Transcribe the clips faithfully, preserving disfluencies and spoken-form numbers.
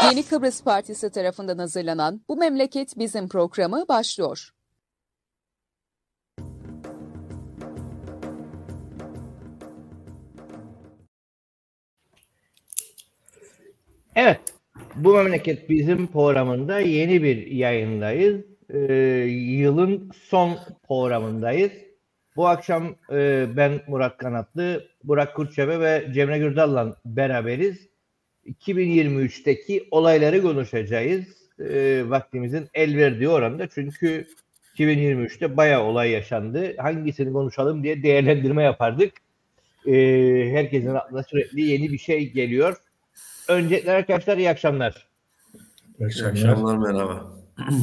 Yeni Kıbrıs Partisi tarafından hazırlanan Bu Memleket Bizim programı başlıyor. Evet, Bu Memleket Bizim programında yeni bir yayındayız. Ee, yılın son programındayız. Bu akşam e, ben Murat Kanatlı, Burak Kurtçebe ve Cemre Gürdal'la beraberiz. iki bin yirmi üçteki olayları konuşacağız. E, vaktimizin el verdiği oranda. Çünkü iki bin yirmi üçte bayağı olay yaşandı. Hangisini konuşalım diye değerlendirme yapardık. E, herkesin aklına sürekli yeni bir şey geliyor. Öncelikle arkadaşlar iyi akşamlar. İyi akşamlar, merhaba.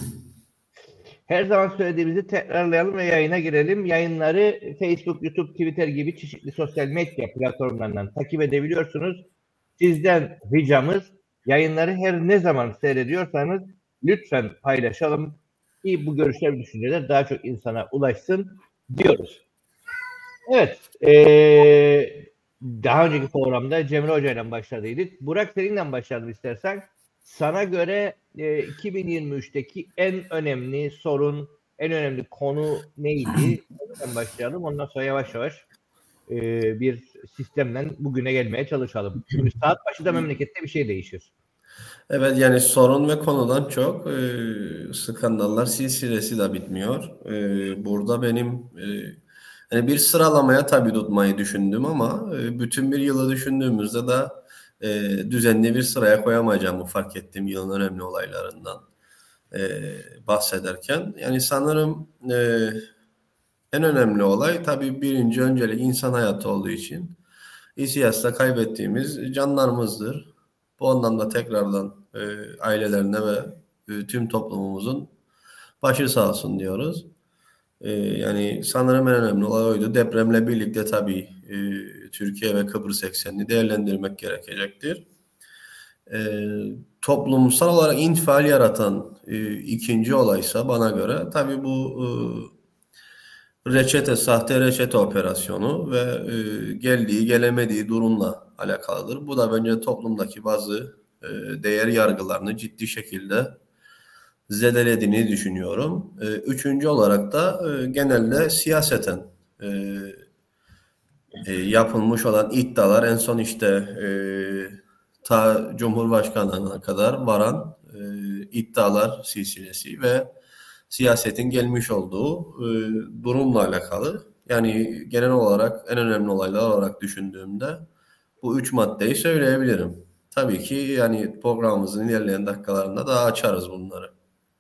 Her zaman söylediğimizi tekrarlayalım ve yayına girelim. Yayınları Facebook, YouTube, Twitter gibi çeşitli sosyal medya platformlarından takip edebiliyorsunuz. Sizden ricamız yayınları her ne zaman seyrediyorsanız lütfen paylaşalım ki bu görüşler ve düşünceler daha çok insana ulaşsın diyoruz. Evet, ee, daha önceki programda Cemre Hoca ile başladıydık. Burak seninle başlayalım istersen. Sana göre e, iki bin yirmi üçteki en önemli sorun, en önemli konu neydi? Ondan başlayalım. Ondan sonra yavaş yavaş e, bir sistemden bugüne gelmeye çalışalım. Çünkü saat başı da memlekette bir şey değişir. Evet, yani sorun ve konudan çok e, skandallar silsilesi de bitmiyor. E, burada benim e, yani bir sıralamaya tabii tutmayı düşündüm ama e, bütün bir yılı düşündüğümüzde de e, düzenli bir sıraya koyamayacağımı fark ettim yılın önemli olaylarından e, bahsederken. Yani sanırım e, en önemli olay tabii birinci öncelik insan hayatı olduğu için İSİAS'ta kaybettiğimiz canlarımızdır. Bu anlamda tekrardan e, ailelerine ve e, tüm toplumumuzun başı sağ olsun diyoruz. E, yani sanırım en önemli olay oydu. Depremle birlikte tabii e, Türkiye ve Kıbrıs eksenini değerlendirmek gerekecektir. E, toplumsal olarak infial yaratan e, ikinci olaysa bana göre tabii bu e, reçete, sahte reçete operasyonu ve e, geldiği gelemediği durumla alakalıdır. Bu da bence toplumdaki bazı e, değer yargılarını ciddi şekilde zedelediğini düşünüyorum. E, üçüncü olarak da e, genelde siyaseten e, e, yapılmış olan iddialar en son işte e, ta Cumhurbaşkanlığına kadar varan e, iddialar silsilesi ve siyasetin gelmiş olduğu e, durumla alakalı. Yani genel olarak en önemli olaylar olarak düşündüğümde bu üç maddeyi söyleyebilirim. Tabii ki yani programımızın ilerleyen dakikalarında daha açarız bunları.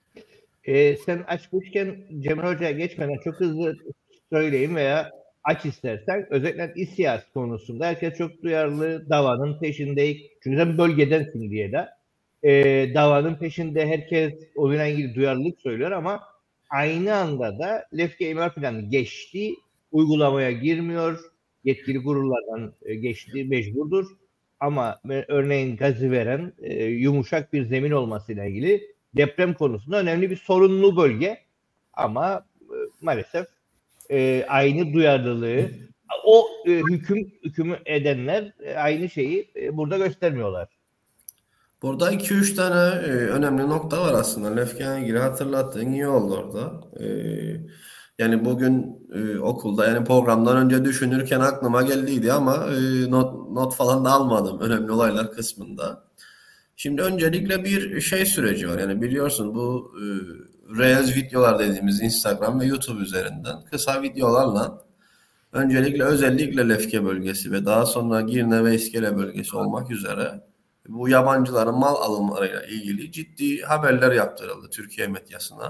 E, sen açmışken Cemre Hoca'ya geçmeden çok hızlı söyleyeyim veya aç istersen. Özellikle İSİAS konusunda herkes çok duyarlı, davanın peşindeyiz. Çünkü sen bölgedensin diye de. E, davanın peşinde herkes oyunla ilgili duyarlılık söylüyor ama aynı anda da Lefke İmar Planı geçti, uygulamaya girmiyor. Yetkili kurullardan e, geçti, mecburdur. Ama e, örneğin gazı veren e, yumuşak bir zemin olmasıyla ilgili deprem konusunda önemli bir sorunlu bölge. Ama e, maalesef e, aynı duyarlılığı o e, hüküm hüküm edenler e, aynı şeyi e, burada göstermiyorlar. Burada iki üç tane e, önemli nokta var aslında. Lefke'ye ilgili hatırlattığın iyi oldu orada. E, yani bugün e, okulda yani programdan önce düşünürken aklıma geldiydi ama e, not, not falan da almadım önemli olaylar kısmında. Şimdi öncelikle bir şey süreci var. Yani biliyorsun bu e, Reels videolar dediğimiz Instagram ve YouTube üzerinden kısa videolarla öncelikle özellikle Lefke bölgesi ve daha sonra Girne ve İskele bölgesi olmak üzere bu yabancıların mal alımlarıyla ilgili ciddi haberler yaptırıldı Türkiye medyasına.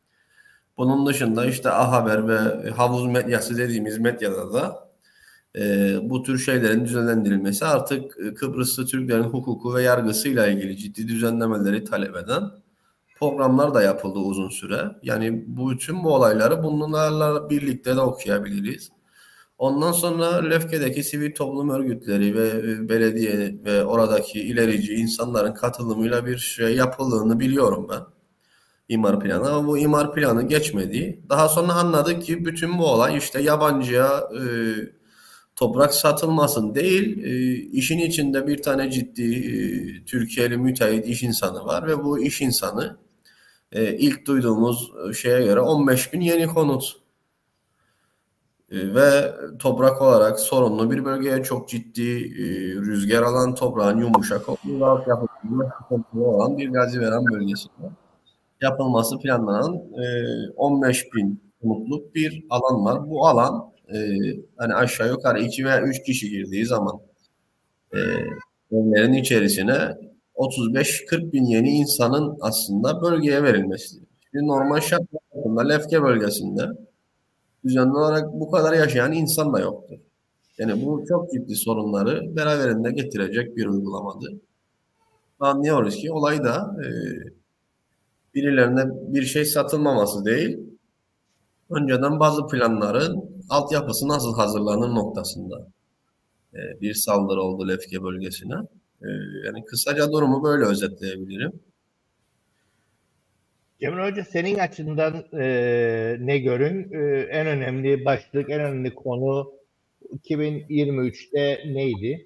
Bunun dışında işte A Haber ve havuz medyası dediğimiz medyada da e, bu tür şeylerin düzenlendirilmesi artık Kıbrıslı Türklerin hukuku ve yargısıyla ilgili ciddi düzenlemeleri talep eden programlar da yapıldı uzun süre. Yani bu bütün bu olayları bunlarla birlikte de okuyabiliriz. Ondan sonra Lefke'deki sivil toplum örgütleri ve belediye ve oradaki ilerici insanların katılımıyla bir şey yapıldığını biliyorum ben. İmar planı ama bu imar planı geçmedi. Daha sonra anladık ki bütün bu olay işte yabancıya e, toprak satılmasın değil, e, işin içinde bir tane ciddi e, Türkiye'li müteahhit iş insanı var ve bu iş insanı e, ilk duyduğumuz şeye göre on beş bin yeni konut e, ve toprak olarak sorunlu bir bölgeye çok ciddi e, rüzgar alan toprağın yumuşak olduğu altyapısında sıkıntılı olan bir Gaziveren bölgesinde yapılması planlanan e, on beş bin konutluk bir alan var. Bu alan e, hani aşağı yukarı iki veya üç kişi girdiği zaman e, evlerin içerisine otuz beş kırk bin yeni insanın aslında bölgeye verilmesi. Şimdi normal şartlar altında Lefke bölgesinde düzenli olarak bu kadar yaşayan insan da yoktur. Yani bu çok ciddi sorunları beraberinde getirecek bir uygulamadır. Anlıyoruz ki olay da e, birilerine bir şey satılmaması değil, önceden bazı planların altyapısı nasıl hazırlanır noktasında e, bir saldırı oldu Lefke bölgesine. E, yani kısaca durumu böyle özetleyebilirim. Cemil Hoca, senin açından e, ne görün? E, en önemli başlık, en önemli konu iki bin yirmi üçte neydi?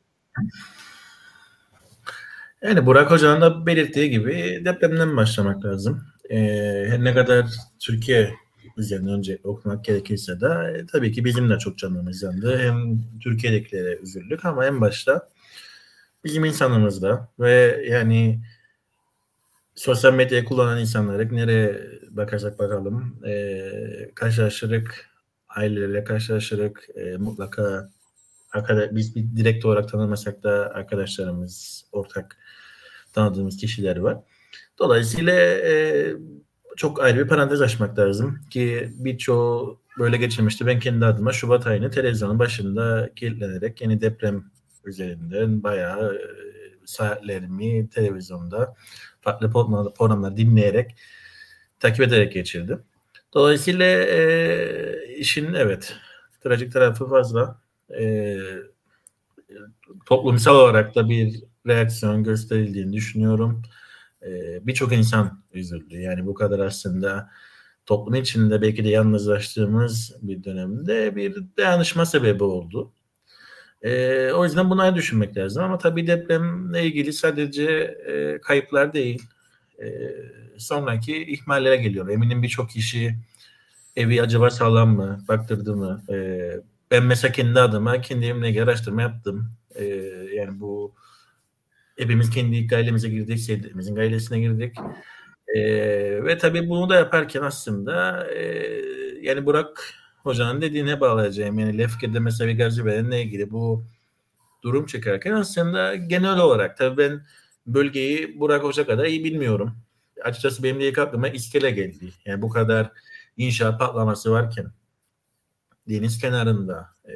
Yani Burak Hoca'nın da belirttiği gibi depremden başlamak lazım. Ee, her ne kadar Türkiye üzerine önce okumak gerekirse de e, tabii ki bizim de çok canımız yandı. Hem Türkiye'dekilere üzüldük ama en başta bizim insanımızda ve yani sosyal medyayı kullanan insanları nereye bakarsak bakalım e, karşılaşırık, ailelerle karşılaşırık, e, mutlaka arkadaş, biz bir direkt olarak tanımasak da arkadaşlarımız, ortak tanıdığımız kişiler var. Dolayısıyla e, çok ayrı bir parantez açmak lazım ki birçoğu böyle geçirmişti. Ben kendi adıma Şubat ayını televizyonun başında kilitlenerek yeni deprem üzerinden bayağı e, saatlerimi televizyonda farklı programlar dinleyerek, takip ederek geçirdim. Dolayısıyla e, işin evet trajik tarafı fazla. E, toplumsal olarak da bir reaksiyon gösterildiğini düşünüyorum. Ee, birçok insan üzüldü. Yani bu kadar aslında toplum içinde belki de yalnızlaştığımız bir dönemde bir dayanışma sebebi oldu. Ee, o yüzden bunları düşünmek lazım. Ama tabii depremle ilgili sadece e, kayıplar değil, e, sonraki ihmallere geliyor. Eminim birçok kişi evi acaba sağlam mı, baktırdı mı? E, ben mesela kendi adıma, kendi evimle ilgili araştırma yaptım. E, yani bu hepimiz kendi ailemize girdik, sevdiğimizin ailesine girdik. Ee, ve tabii bunu da yaparken aslında e, yani Burak Hoca'nın dediğine bağlayacağım. Yani Lefke'de mesela bir Gaziberen'le ilgili bu durum çıkarken aslında genel olarak tabii ben bölgeyi Burak Hoca kadar iyi bilmiyorum. Açıkçası benim de ilk aklıma İskele geldi. Yani bu kadar inşaat patlaması varken deniz kenarında e,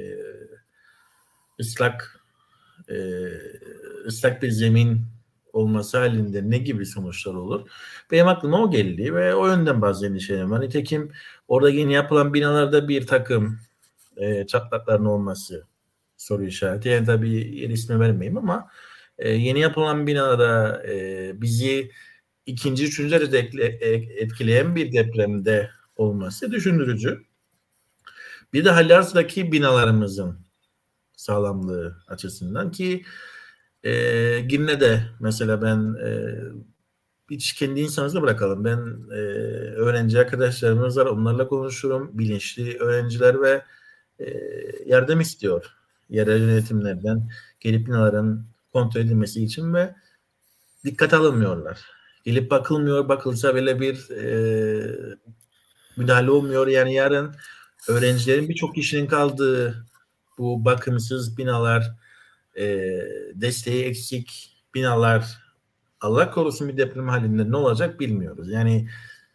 ıslak e, ıslak bir zemin olması halinde ne gibi sonuçlar olur? Benim aklıma o geldi ve o yönden bazı endişelerim var. Nitekim orada yeni yapılan binalarda bir takım e, çatlakların olması soru işareti. Yani tabii yer ismi vermeyeyim ama e, yeni yapılan binada e, bizi ikinci, üçüncü derecede etkileyen bir depremde olması düşündürücü. Bir de halihazırdaki binalarımızın sağlamlığı açısından ki e, Girne'de mesela ben e, hiç kendi insanımızı bırakalım. Ben e, öğrenci arkadaşlarımız var. Onlarla konuşurum. Bilinçli öğrenciler ve e, yardım istiyor. Yerel yönetimlerden gelip binaların kontrol edilmesi için ve dikkat alınmıyorlar. Gelip bakılmıyor. Bakılsa böyle bir e, müdahale olmuyor. Yani yarın öğrencilerin birçok kişinin kaldığı bu bakımsız binalar, e, desteği eksik binalar, Allah korusun bir deprem halinde ne olacak bilmiyoruz. Yani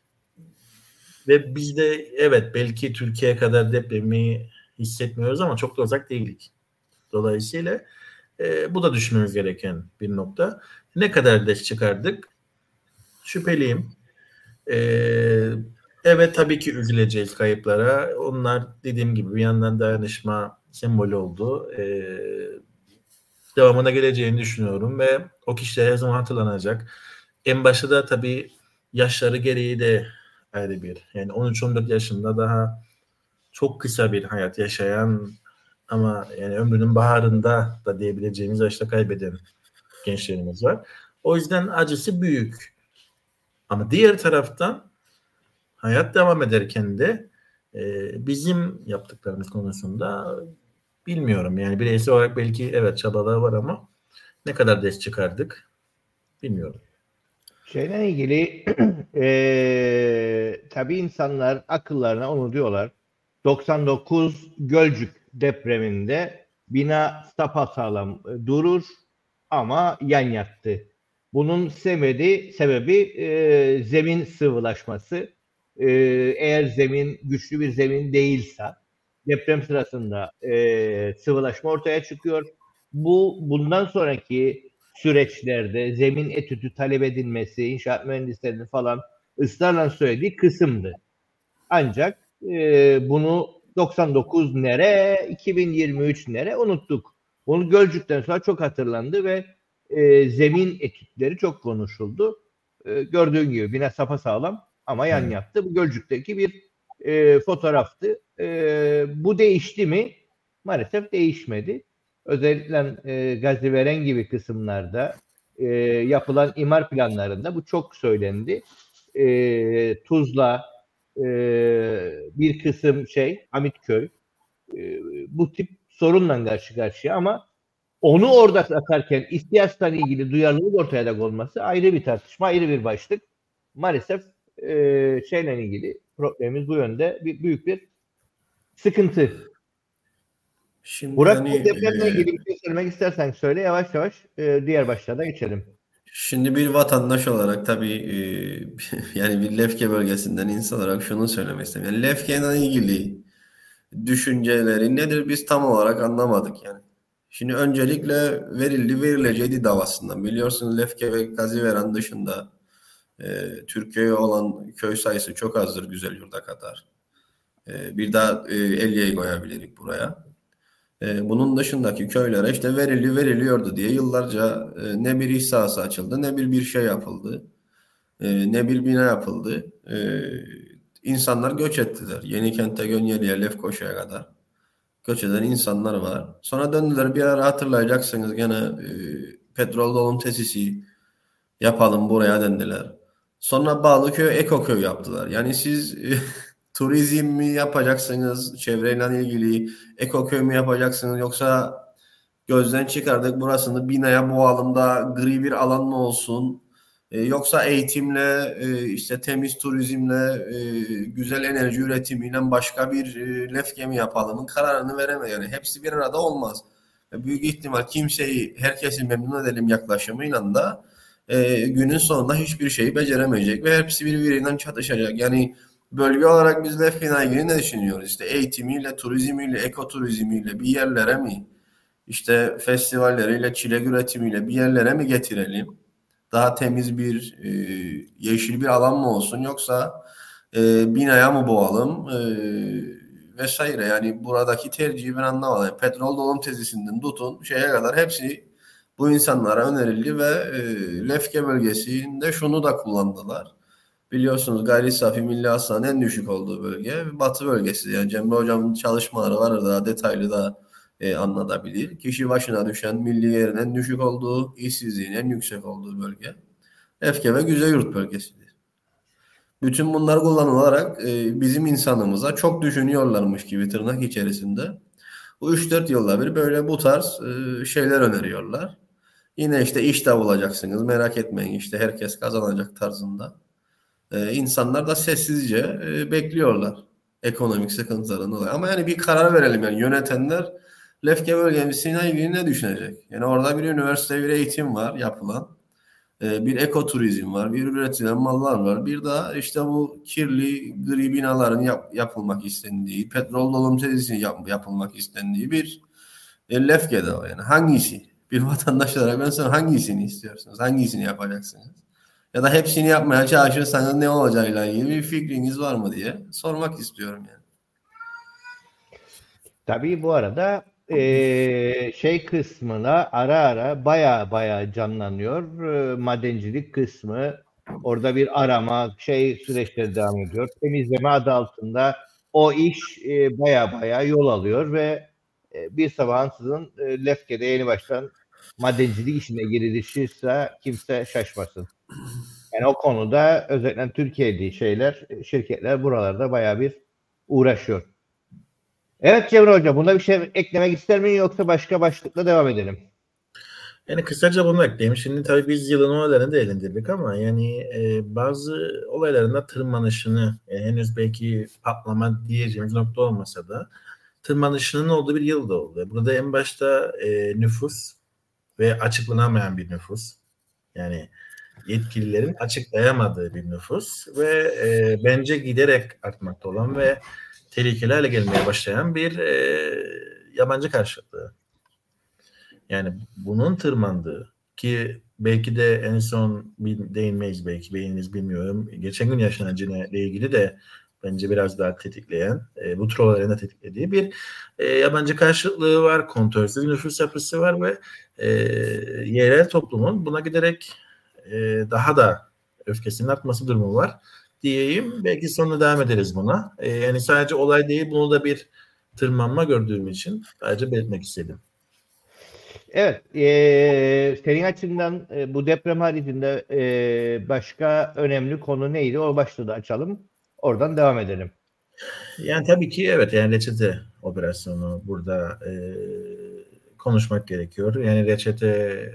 ve biz de evet belki Türkiye kadar depremi hissetmiyoruz ama çok da uzak değildik. Dolayısıyla e, bu da düşünmemiz gereken bir nokta. Ne kadar ders çıkardık? Şüpheliyim. E, evet tabii ki üzüleceğiz kayıplara. Onlar dediğim gibi bir yandan dayanışma sembolü oldu. E, devamına geleceğini düşünüyorum ve o kişiler her zaman hatırlanacak. En başta da tabii yaşları gereği de ayrı bir. Yani on üç on dört yaşında daha çok kısa bir hayat yaşayan ama yani ömrünün baharında da diyebileceğimiz yaşta kaybeden gençlerimiz var. O yüzden acısı büyük. Ama diğer taraftan hayat devam ederken de e, bizim yaptıklarımız konusunda bilmiyorum. Yani bireysel olarak belki evet çabalar var ama ne kadar ders çıkardık bilmiyorum. Şeyle ilgili eee tabii insanlar akıllarına onu diyorlar. doksan dokuz Gölcük depreminde bina sapasağlam durur ama yan yattı. Bunun sebebi, sebebi eee, zemin sıvılaşması. Eee, eğer zemin güçlü bir zemin değilse deprem sırasında eee, sıvılaşma ortaya çıkıyor. Bu bundan sonraki süreçlerde zemin etüdü talep edilmesi, inşaat mühendislerinin falan ısrarla söylediği kısımdı. Ancak e, bunu doksan dokuz nere, iki bin yirmi üç nere unuttuk. Bunu Gölcük'ten sonra çok hatırlandı ve e, zemin etütleri çok konuşuldu. E, gördüğün gibi bina sapasağlam ama yan Evet. yattı. Bu Gölcük'teki bir e, fotoğraftı. E, bu değişti mi? Maalesef değişmedi. Özellikle e, Gaziveren gibi kısımlarda e, yapılan imar planlarında bu çok söylendi. E, Tuzla, e, bir kısım şey Hamitköy e, bu tip sorunla karşı karşıya ama onu orada atarken ihtiyaçla ilgili duyarlılık ortaya da olması ayrı bir tartışma, ayrı bir başlık. Maalesef e, şeyle ilgili problemimiz bu yönde bir, büyük bir sıkıntı. Şimdi Burak, yani bu depremle e, ilgili bir şey söylemek istersen söyle, yavaş yavaş e, diğer başlığa geçelim. şimdi bir vatandaş olarak tabii e, yani bir Lefke bölgesinden insan olarak şunu söylemek istedim. Yani Lefke'yle ilgili düşünceleri nedir biz tam olarak anlamadık yani. Şimdi öncelikle verildi verileceği davasından. Biliyorsunuz Lefke ve Gaziveren dışında e, Türkiye'ye olan köy sayısı çok azdır Güzelyurt'a kadar. E, bir daha e, Elye'yi koyabilirik buraya. E, bunun dışındaki köylere işte verili veriliyordu diye yıllarca e, ne bir iş sahası açıldı ne bir bir şey yapıldı. E, ne bir bina yapıldı. E, insanlar göç ettiler. Yenikent'e, Gönyeli'ye, Lefkoşa'ya kadar göç eden insanlar var. Sonra döndüler bir ara hatırlayacaksınız gene e, petrol dolum tesisi yapalım buraya dendiler. Sonra Bağlıköy Ekoköy yaptılar. Yani siz e, turizm mi yapacaksınız, çevreyle ilgili ekoköy mü yapacaksınız yoksa gözden çıkardık burasını binaya boğalım da gri bir alan mı olsun? E, yoksa eğitimle, e, işte temiz turizmle, e, güzel enerji üretimiyle başka bir e, Lefke mi yapalımın kararını veremez. Yani hepsi bir arada olmaz. E, büyük ihtimal kimseyi, herkesi memnun edelim yaklaşımıyla da e, günün sonunda hiçbir şeyi beceremeyecek ve hepsi birbirinden çatışacak. Yani bölge olarak biz Lefke'yle ilgili ne düşünüyoruz? İşte eğitimiyle, turizmiyle, ekoturizmiyle bir yerlere mi? İşte festivalleriyle, çilek üretimiyle bir yerlere mi getirelim? Daha temiz bir e, yeşil bir alan mı olsun yoksa e, binaya mı boğalım e, vesaire. Yani buradaki tercihi ben anlamadım. Petrol dolum tezisinden tutun şeye kadar hepsi bu insanlara önerildi ve e, Lefke bölgesinde şunu da kullandılar. Biliyorsunuz gayri safi milli hasılanın en düşük olduğu bölge Batı bölgesi. Yani Cemre Hocam'ın çalışmaları var daha detaylı da e, anlatabilir. Kişi başına düşen milli yerin en düşük olduğu, işsizliğin en yüksek olduğu bölge Lefke ve Güzelyurt bölgesidir. Bütün bunlar kullanılarak e, bizim insanımıza çok düşünüyorlarmış gibi tırnak içerisinde. Bu üç dört yılda bir böyle bu tarz e, şeyler öneriyorlar. Yine işte iş de bulacaksınız merak etmeyin işte herkes kazanacak tarzında. Ee, insanlar da sessizce e, bekliyorlar ekonomik sıkıntıların dolayı. Ama yani bir karar verelim yani yönetenler Lefke bölgesine ilgili ne düşünecek? Yani orada bir üniversite, bir eğitim var yapılan. Ee, bir ekoturizm var, bir üretilen mallar var. Bir daha işte bu kirli, gri binaların yap, yapılmak istendiği, petrol dolum tesisinin yap, yapılmak istendiği bir e, Lefke'de var. Yani hangisi? Bir vatandaş olarak ben sana hangisini istiyorsunuz? Hangisini yapacaksınız? Ya da hepsini yapmaya çalışırsanız ne olacağıyla ilgili bir fikriniz var mı diye sormak istiyorum yani. Tabii bu arada eee, şey kısmına ara ara baya baya canlanıyor. Eee, madencilik kısmı. Orada bir arama şey süreçleri devam ediyor. Temizleme adı altında o iş eee, baya baya yol alıyor ve e, bir sabahın sizin e, Lefke'de yeni baştan madencilik işine girilişiyse kimse şaşmasın. Yani o konuda özellikle Türkiye'li şeyler, şirketler buralarda bayağı bir uğraşıyor. Evet Cemre Hoca, bunda bir şey eklemek ister misin yoksa başka başlıkla devam edelim? Yani kısaca bunu ekleyeyim. Şimdi tabii biz yılın olaylarını değerlendirdik ama yani e, bazı olaylarında tırmanışını e, henüz belki patlama diyeceğimiz nokta olmasa da tırmanışının olduğu bir yıl da oldu. Burada en başta e, nüfus ve açıklanamayan bir nüfus. Yani yetkililerin açıklayamadığı bir nüfus ve e, bence giderek artmakta olan ve tehlikeli hale gelmeye başlayan bir e, yabancı karşıtlığı. Yani bunun tırmandığı ki belki de en son değinmeyiz belki beğeniniz bilmiyorum. Geçen gün yaşanan cinayetle ilgili de bence biraz daha tetikleyen, e, bu tür olayların da tetiklediği bir e, yabancı karşıtlığı var, kontrolsüz nüfus yapısı var ve e, yerel toplumun buna giderek e, daha da öfkesinin artması durumu var diyeyim. Belki sonra devam ederiz buna. E, yani sadece olay değil, bunu da bir tırmanma gördüğüm için sadece belirtmek istedim. Evet, e, senin açından e, bu deprem haricinde e, başka önemli konu neydi? O başlığı da açalım. Oradan devam edelim. Yani tabii ki evet, yani reçete operasyonu burada e, konuşmak gerekiyor. Yani reçete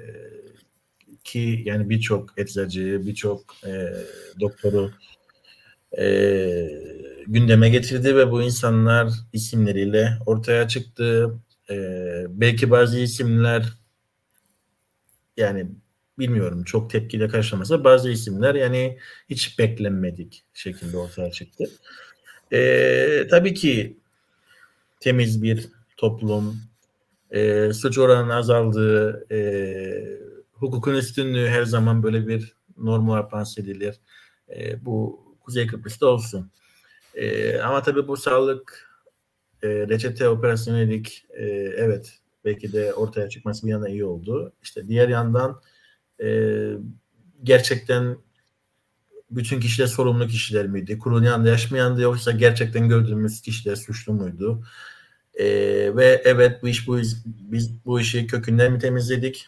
ki yani birçok eczacıyı, birçok e, doktoru e, gündeme getirdi ve bu insanlar isimleriyle ortaya çıktı. E, belki bazı isimler yani bilmiyorum çok tepkiyle karşılamasa bazı isimler yani hiç beklenmedik şekilde ortaya çıktı. E, tabii ki temiz bir toplum, e, suç oranının azaldığı, e, hukukun üstünlüğü her zaman böyle bir norm olarak bahsedilir. E, bu Kuzey Kıbrıs'ta olsun. E, ama tabii bu sağlık e, reçete operasyonu dedik. E, evet belki de ortaya çıkması bir yana iyi oldu. İşte diğer yandan e, gerçekten bütün kişiler sorumlu kişiler miydi? Kurulun yanında yaş mı yandı yoksa gerçekten gördüğümüz kişiler suçlu muydu? Ee, ve evet bu iş bu biz bu işi kökünden mi temizledik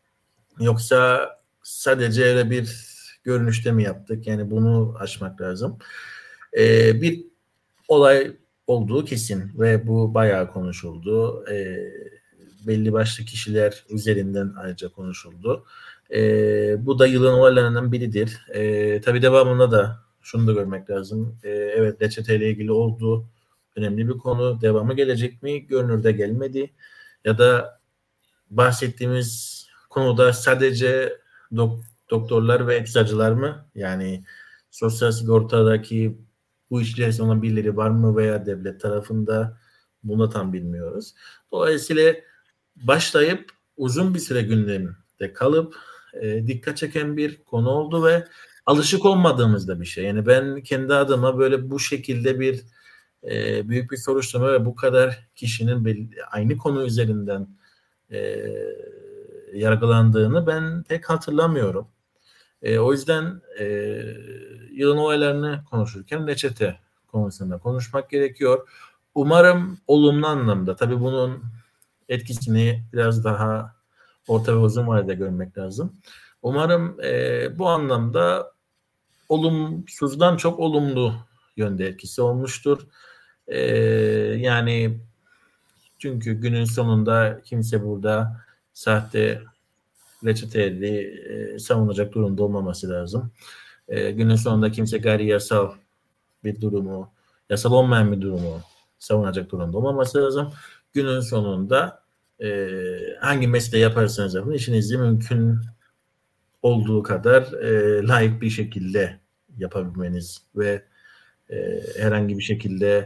yoksa sadece öyle bir görünüşte mi yaptık? Yani bunu aşmak lazım. Ee, bir olay olduğu kesin ve bu bayağı konuşuldu. Ee, belli başlı kişiler üzerinden ayrıca konuşuldu. Ee, bu da yılın olaylarından biridir. Ee, tabii devamında da şunu da görmek lazım. Ee, evet reçeteyle ilgili oldu. Önemli bir konu. Devamı gelecek mi? Görünürde gelmedi. Ya da bahsettiğimiz konuda sadece dok- doktorlar ve eczacılar mı? Yani sosyal sigortadaki bu işlerin olan birileri var mı veya devlet tarafında bunu tam bilmiyoruz. Dolayısıyla başlayıp uzun bir süre gündemde kalıp e, dikkat çeken bir konu oldu ve alışık olmadığımız da bir şey. Yani ben kendi adıma böyle bu şekilde bir e, büyük bir soruşturma ve bu kadar kişinin belli, aynı konu üzerinden e, yargılandığını ben pek hatırlamıyorum. E, o yüzden e, yılın olaylarını konuşurken reçete konusunda konuşmak gerekiyor. Umarım olumlu anlamda, tabii bunun etkisini biraz daha orta ve uzun vadede görmek lazım. Umarım e, bu anlamda olumsuzdan çok olumlu yönde etkisi olmuştur. E, yani çünkü günün sonunda kimse burada sahte reçeteli e, savunacak durumda olmaması lazım. E, günün sonunda kimse gayri yasal bir durumu, yasal olmayan bir durumu savunacak durumda olmaması lazım. Günün sonunda e, hangi mesleği yaparsanız yapın işinizi mümkün olduğu kadar e, layık bir şekilde yapabilmeniz ve e, herhangi bir şekilde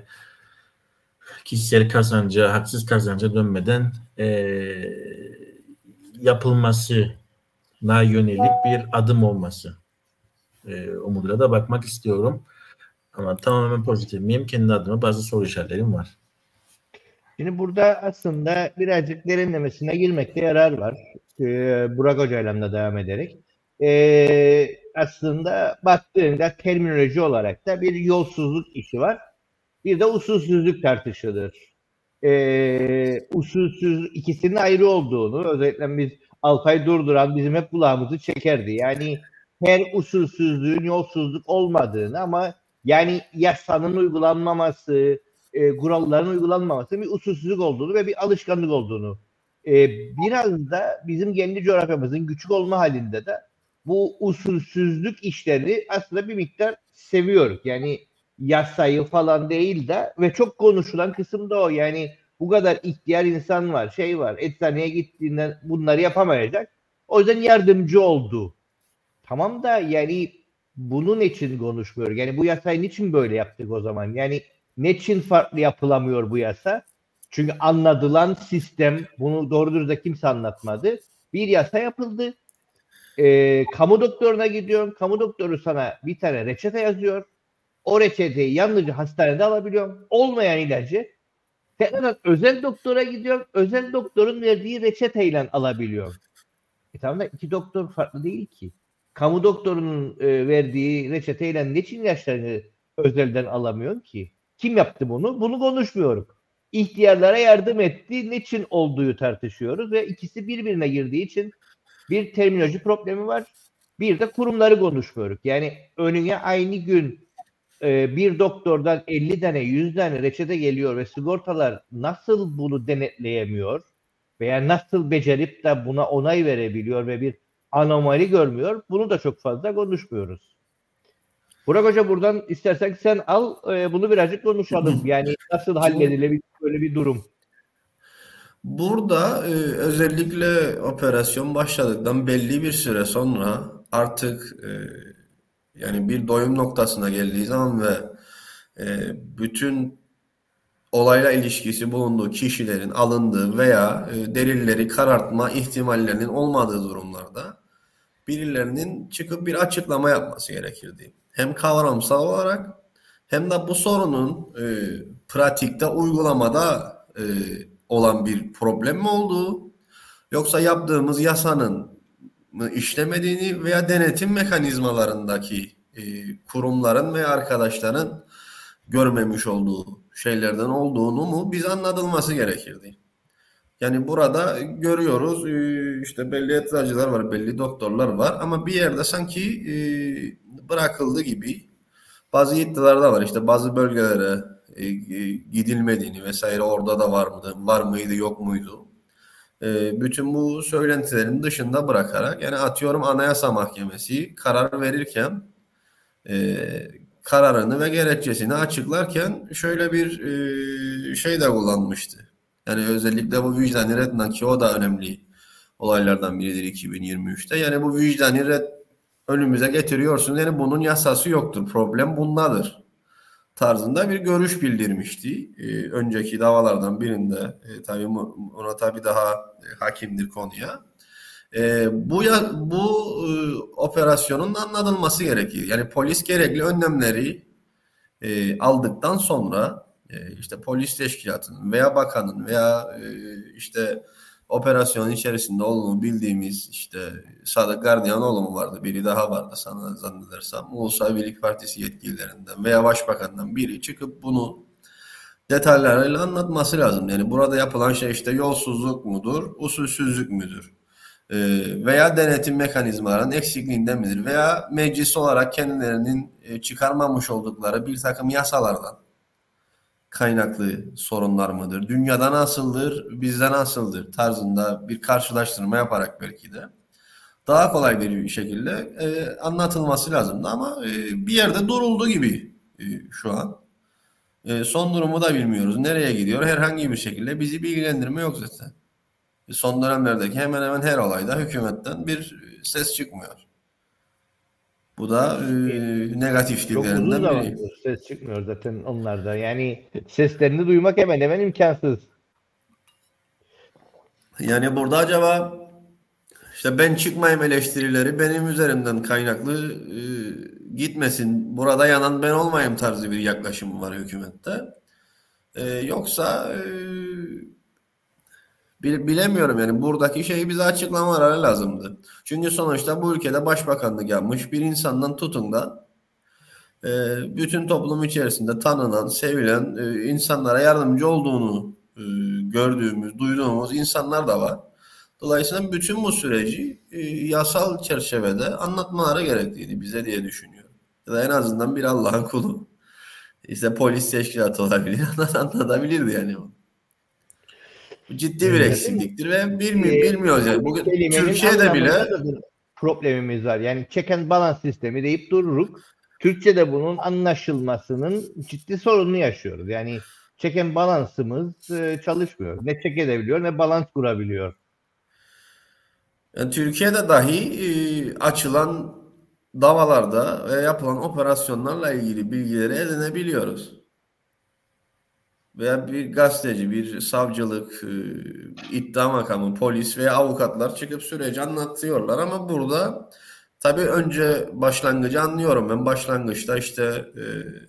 kişisel kazanca, haksız kazanca dönmeden e, yapılmasına yönelik bir adım olması e, umuduyla da bakmak istiyorum. Ama tamamen pozitif miyim? Kendi adıma bazı soru işaretlerim var. Şimdi burada aslında birazcık derinlemesine girmekte yarar var. Ee, Burak Hoca'yla da devam ederek. Ee, aslında baktığında terminoloji olarak da bir yolsuzluk işi var. Bir de usulsüzlük tartışılır. e, usulsüz ikisinin ayrı olduğunu, özellikle biz Alpay Durduran bizim hep kulağımızı çekerdi. Yani her usulsüzlüğün yolsuzluk olmadığını ama yani yasanın uygulanmaması, e, kuralların uygulanmaması bir usulsüzlük olduğunu ve bir alışkanlık olduğunu. E, biraz da bizim kendi coğrafyamızın küçük olma halinde de bu usulsüzlük işleri aslında bir miktar seviyoruz. Yani yasayı falan değil de ve çok konuşulan kısım da o. Yani bu kadar ihtiyar insan var, şey var. Eczaneye gittiğinden bunları yapamayacak. O yüzden yardımcı oldu. Tamam da yani bunun için konuşmuyor. Yani bu yasayı niçin böyle yaptık o zaman? Yani niçin farklı yapılamıyor bu yasa? Çünkü anlatılan sistem, bunu doğru dürüst kimse anlatmadı. Bir yasa yapıldı. Ee, kamu doktoruna gidiyorsun. Kamu doktoru sana bir tane reçete yazıyor. O reçeteyi yalnızca hastanede alabiliyorum. Olmayan ilacı tekrar özel doktora gidiyorum. Özel doktorun verdiği reçeteyle alabiliyorum. E tamam da iki doktor farklı değil ki. Kamu doktorunun e, verdiği reçeteyle niçin ilaçlarını özelden alamıyorsun ki? Kim yaptı bunu? Bunu konuşmuyoruz. İhtiyarlara yardım etti. Niçin olduğu tartışıyoruz ve ikisi birbirine girdiği için bir terminoloji problemi var. Bir de kurumları konuşmuyoruz. Yani önüne aynı gün e, bir doktordan elli tane yüz tane reçete geliyor ve sigortalar nasıl bunu denetleyemiyor veya nasıl becerip de buna onay verebiliyor ve bir anomali görmüyor, bunu da çok fazla konuşmuyoruz. Burak Hoca, buradan istersen sen al, e, bunu birazcık konuşalım. Yani nasıl halledilebilir böyle bir durum? Burada e, özellikle operasyon başladıktan belli bir süre sonra artık e, yani bir doyum noktasına geldiği zaman ve e, bütün olayla ilişkisi bulunduğu kişilerin alındığı veya e, delilleri karartma ihtimallerinin olmadığı durumlarda birilerinin çıkıp bir açıklama yapması gerekirdi. Hem kavramsal olarak hem de bu sorunun e, pratikte, uygulamada e, olan bir problem mi olduğu, yoksa yaptığımız yasanın mı işlemediğini veya denetim mekanizmalarındaki e, kurumların ve arkadaşların görmemiş olduğu şeylerden olduğunu mu biz anlatılması gerekirdi. Yani burada görüyoruz işte belli eczacılar var, belli doktorlar var ama bir yerde sanki bırakıldı gibi bazı iddialar da var. İşte bazı bölgelere gidilmediğini vesaire, orada da var mıydı, var mıydı, yok muydu? Bütün bu söylentilerin dışında bırakarak, yani atıyorum Anayasa Mahkemesi karar verirken kararını ve gerekçesini açıklarken şöyle bir şey de kullanmıştı. Yani özellikle bu vicdani red, ki o da önemli olaylardan biridir iki bin yirmi üçte. Yani bu vicdani red önümüze getiriyorsunuz. Yani bunun yasası yoktur. Problem bundadır tarzında bir görüş bildirmişti. Ee, önceki davalardan birinde e, tabii ona tabii daha e, hakimdir konuya. E, bu ya, bu e, operasyonun anlatılması gerekir. Yani polis gerekli önlemleri e, aldıktan sonra e, işte polis teşkilatının veya bakanın veya e, işte operasyonun içerisinde olduğunu bildiğimiz işte Sadık Gardiyanoğlu mu vardı, biri daha vardı sana zannedersem, Ulusal Birlik Partisi yetkililerinden veya başbakandan biri çıkıp bunu detaylarıyla anlatması lazım. Yani burada yapılan şey işte yolsuzluk mudur, usulsüzlük müdür? Ee, veya denetim mekanizmalarının eksikliğinden midir? Veya meclis olarak kendilerinin e, çıkarmamış oldukları bir takım yasalardan kaynaklı sorunlar mıdır? Dünyada nasıldır, bizde nasıldır tarzında bir karşılaştırma yaparak belki de daha kolay bir şekilde e, anlatılması lazımdı ama e, bir yerde duruldu gibi e, şu an. E, son durumu da bilmiyoruz. Nereye gidiyor? Herhangi bir şekilde bizi bilgilendirme yok zaten. Son dönemlerdeki hemen hemen her olayda hükümetten bir ses çıkmıyor. Bu da e, negatifliklerinden Çok uzun biri. zamandır ses çıkmıyor zaten onlarda. Yani seslerini duymak hemen hemen imkansız. Yani burada acaba işte ben çıkmayayım eleştirileri benim üzerimden kaynaklı e, gitmesin, burada yanan ben olmayayım tarzı bir yaklaşım var hükümette. E, yoksa e, bilemiyorum, yani buradaki şeyi bize açıklamaları lazımdı. Çünkü sonuçta bu ülkede başbakanlık yapmış bir insandan tutun da bütün toplum içerisinde tanınan, sevilen insanlara yardımcı olduğunu e, gördüğümüz, duyduğumuz insanlar da var. Dolayısıyla bütün bu süreci e, yasal çerçevede anlatmaları gerekliydi bize diye düşünüyorum. Ya da en azından bir Allah'ın kulu. İşte polis teşkilatı olabilir, anlatabilirdi yani. Bu ciddi bir eksikliktir ve bilmi bilmiyoruz yani. Bugün Türkiye'de bile problemimiz var. Yani check and balance sistemi deyip dururuk. Türkçe'de bunun anlaşılmasının ciddi sorununu yaşıyoruz. Yani check and balance'ımız e, çalışmıyor. Ne check edebiliyor ne balans kurabiliyor. Yani Türkiye'de dahi e, açılan davalarda ve yapılan operasyonlarla ilgili bilgileri edinebiliyoruz. Veya bir gazeteci, bir savcılık, e, iddia makamı, polis veya avukatlar çıkıp süreci anlatıyorlar ama burada tabii önce başlangıcı anlıyorum. Ben başlangıçta işte e,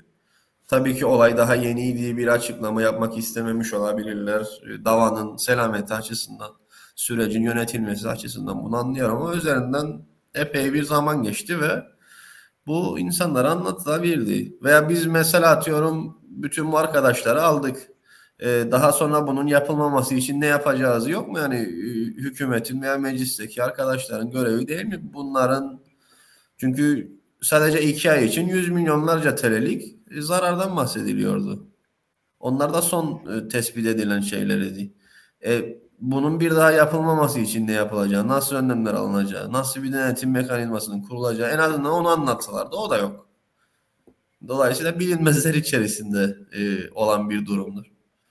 tabii ki olay daha yeniydi, bir açıklama yapmak istememiş olabilirler. E, davanın selameti açısından, sürecin yönetilmesi açısından bunu anlıyorum ama üzerinden epey bir zaman geçti ve bu insanlara anlatılabildi. Veya biz mesela atıyorum bütün bu arkadaşları aldık. Ee, daha sonra bunun yapılmaması için ne yapacağız yok mu? Yani e, hükümetin veya meclisteki arkadaşların görevi değil mi? Bunların çünkü sadece iki ay için yüz milyonlarca T L'lik e, zarardan bahsediliyordu. Onlar da son e, tespit edilen şeylerdi. E, bunun bir daha yapılmaması için ne yapılacağı, nasıl önlemler alınacağı, nasıl bir denetim mekanizmasının kurulacağı en azından onu anlatsalardı o da yok. Dolayısıyla bilinmezler içerisinde e, olan bir durumdur.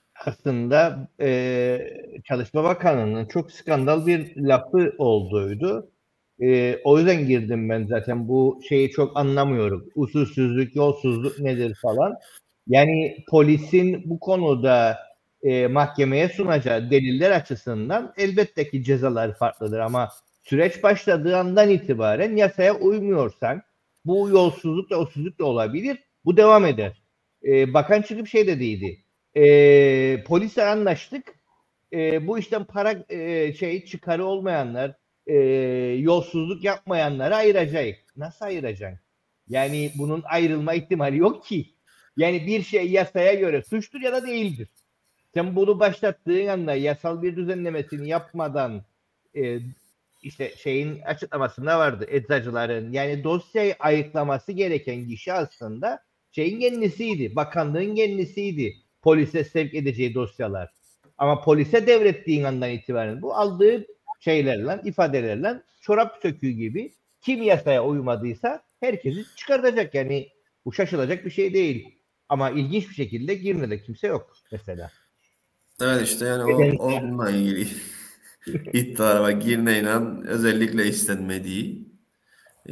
Aslında e, Çalışma Bakanı'nın çok skandal bir lafı olduğuydu. E, o yüzden girdim ben zaten bu şeyi çok anlamıyorum. Usulsüzlük, yolsuzluk nedir falan. Yani polisin bu konuda e, mahkemeye sunacağı deliller açısından elbette ki cezalar farklıdır ama süreç başladığı andan itibaren yasaya uymuyorsan bu yolsuzluk da usulsüzlük de olabilir. Bu devam eder. E, bakan çıkıp şey dediydi. E, polisle anlaştık. E, bu işten para e, şey çıkarı olmayanlar, e, yolsuzluk yapmayanları ayıracak. Nasıl ayıracaksın? Yani bunun ayrılma ihtimali yok ki. Yani bir şey yasaya göre suçtur ya da değildir. Sen bunu başlattığın anda yasal bir düzenlemesini yapmadan e, işte şeyin açıklamasında vardı eczacıların yani dosyayı ayıklaması gereken kişi aslında şeyin kendisiydi. Bakanlığın kendisiydi. Polise sevk edeceği dosyalar. Ama polise devrettiğin andan itibaren bu aldığı şeylerle, ifadelerle çorap söküğü gibi kim yasaya uymadıysa herkesi çıkartacak. Yani bu şaşılacak bir şey değil. Ama ilginç bir şekilde Girne'de kimse yok mesela. Evet işte yani o, o bununla ilgili iddialar var. Girne'yle özellikle istenmediği. Ee,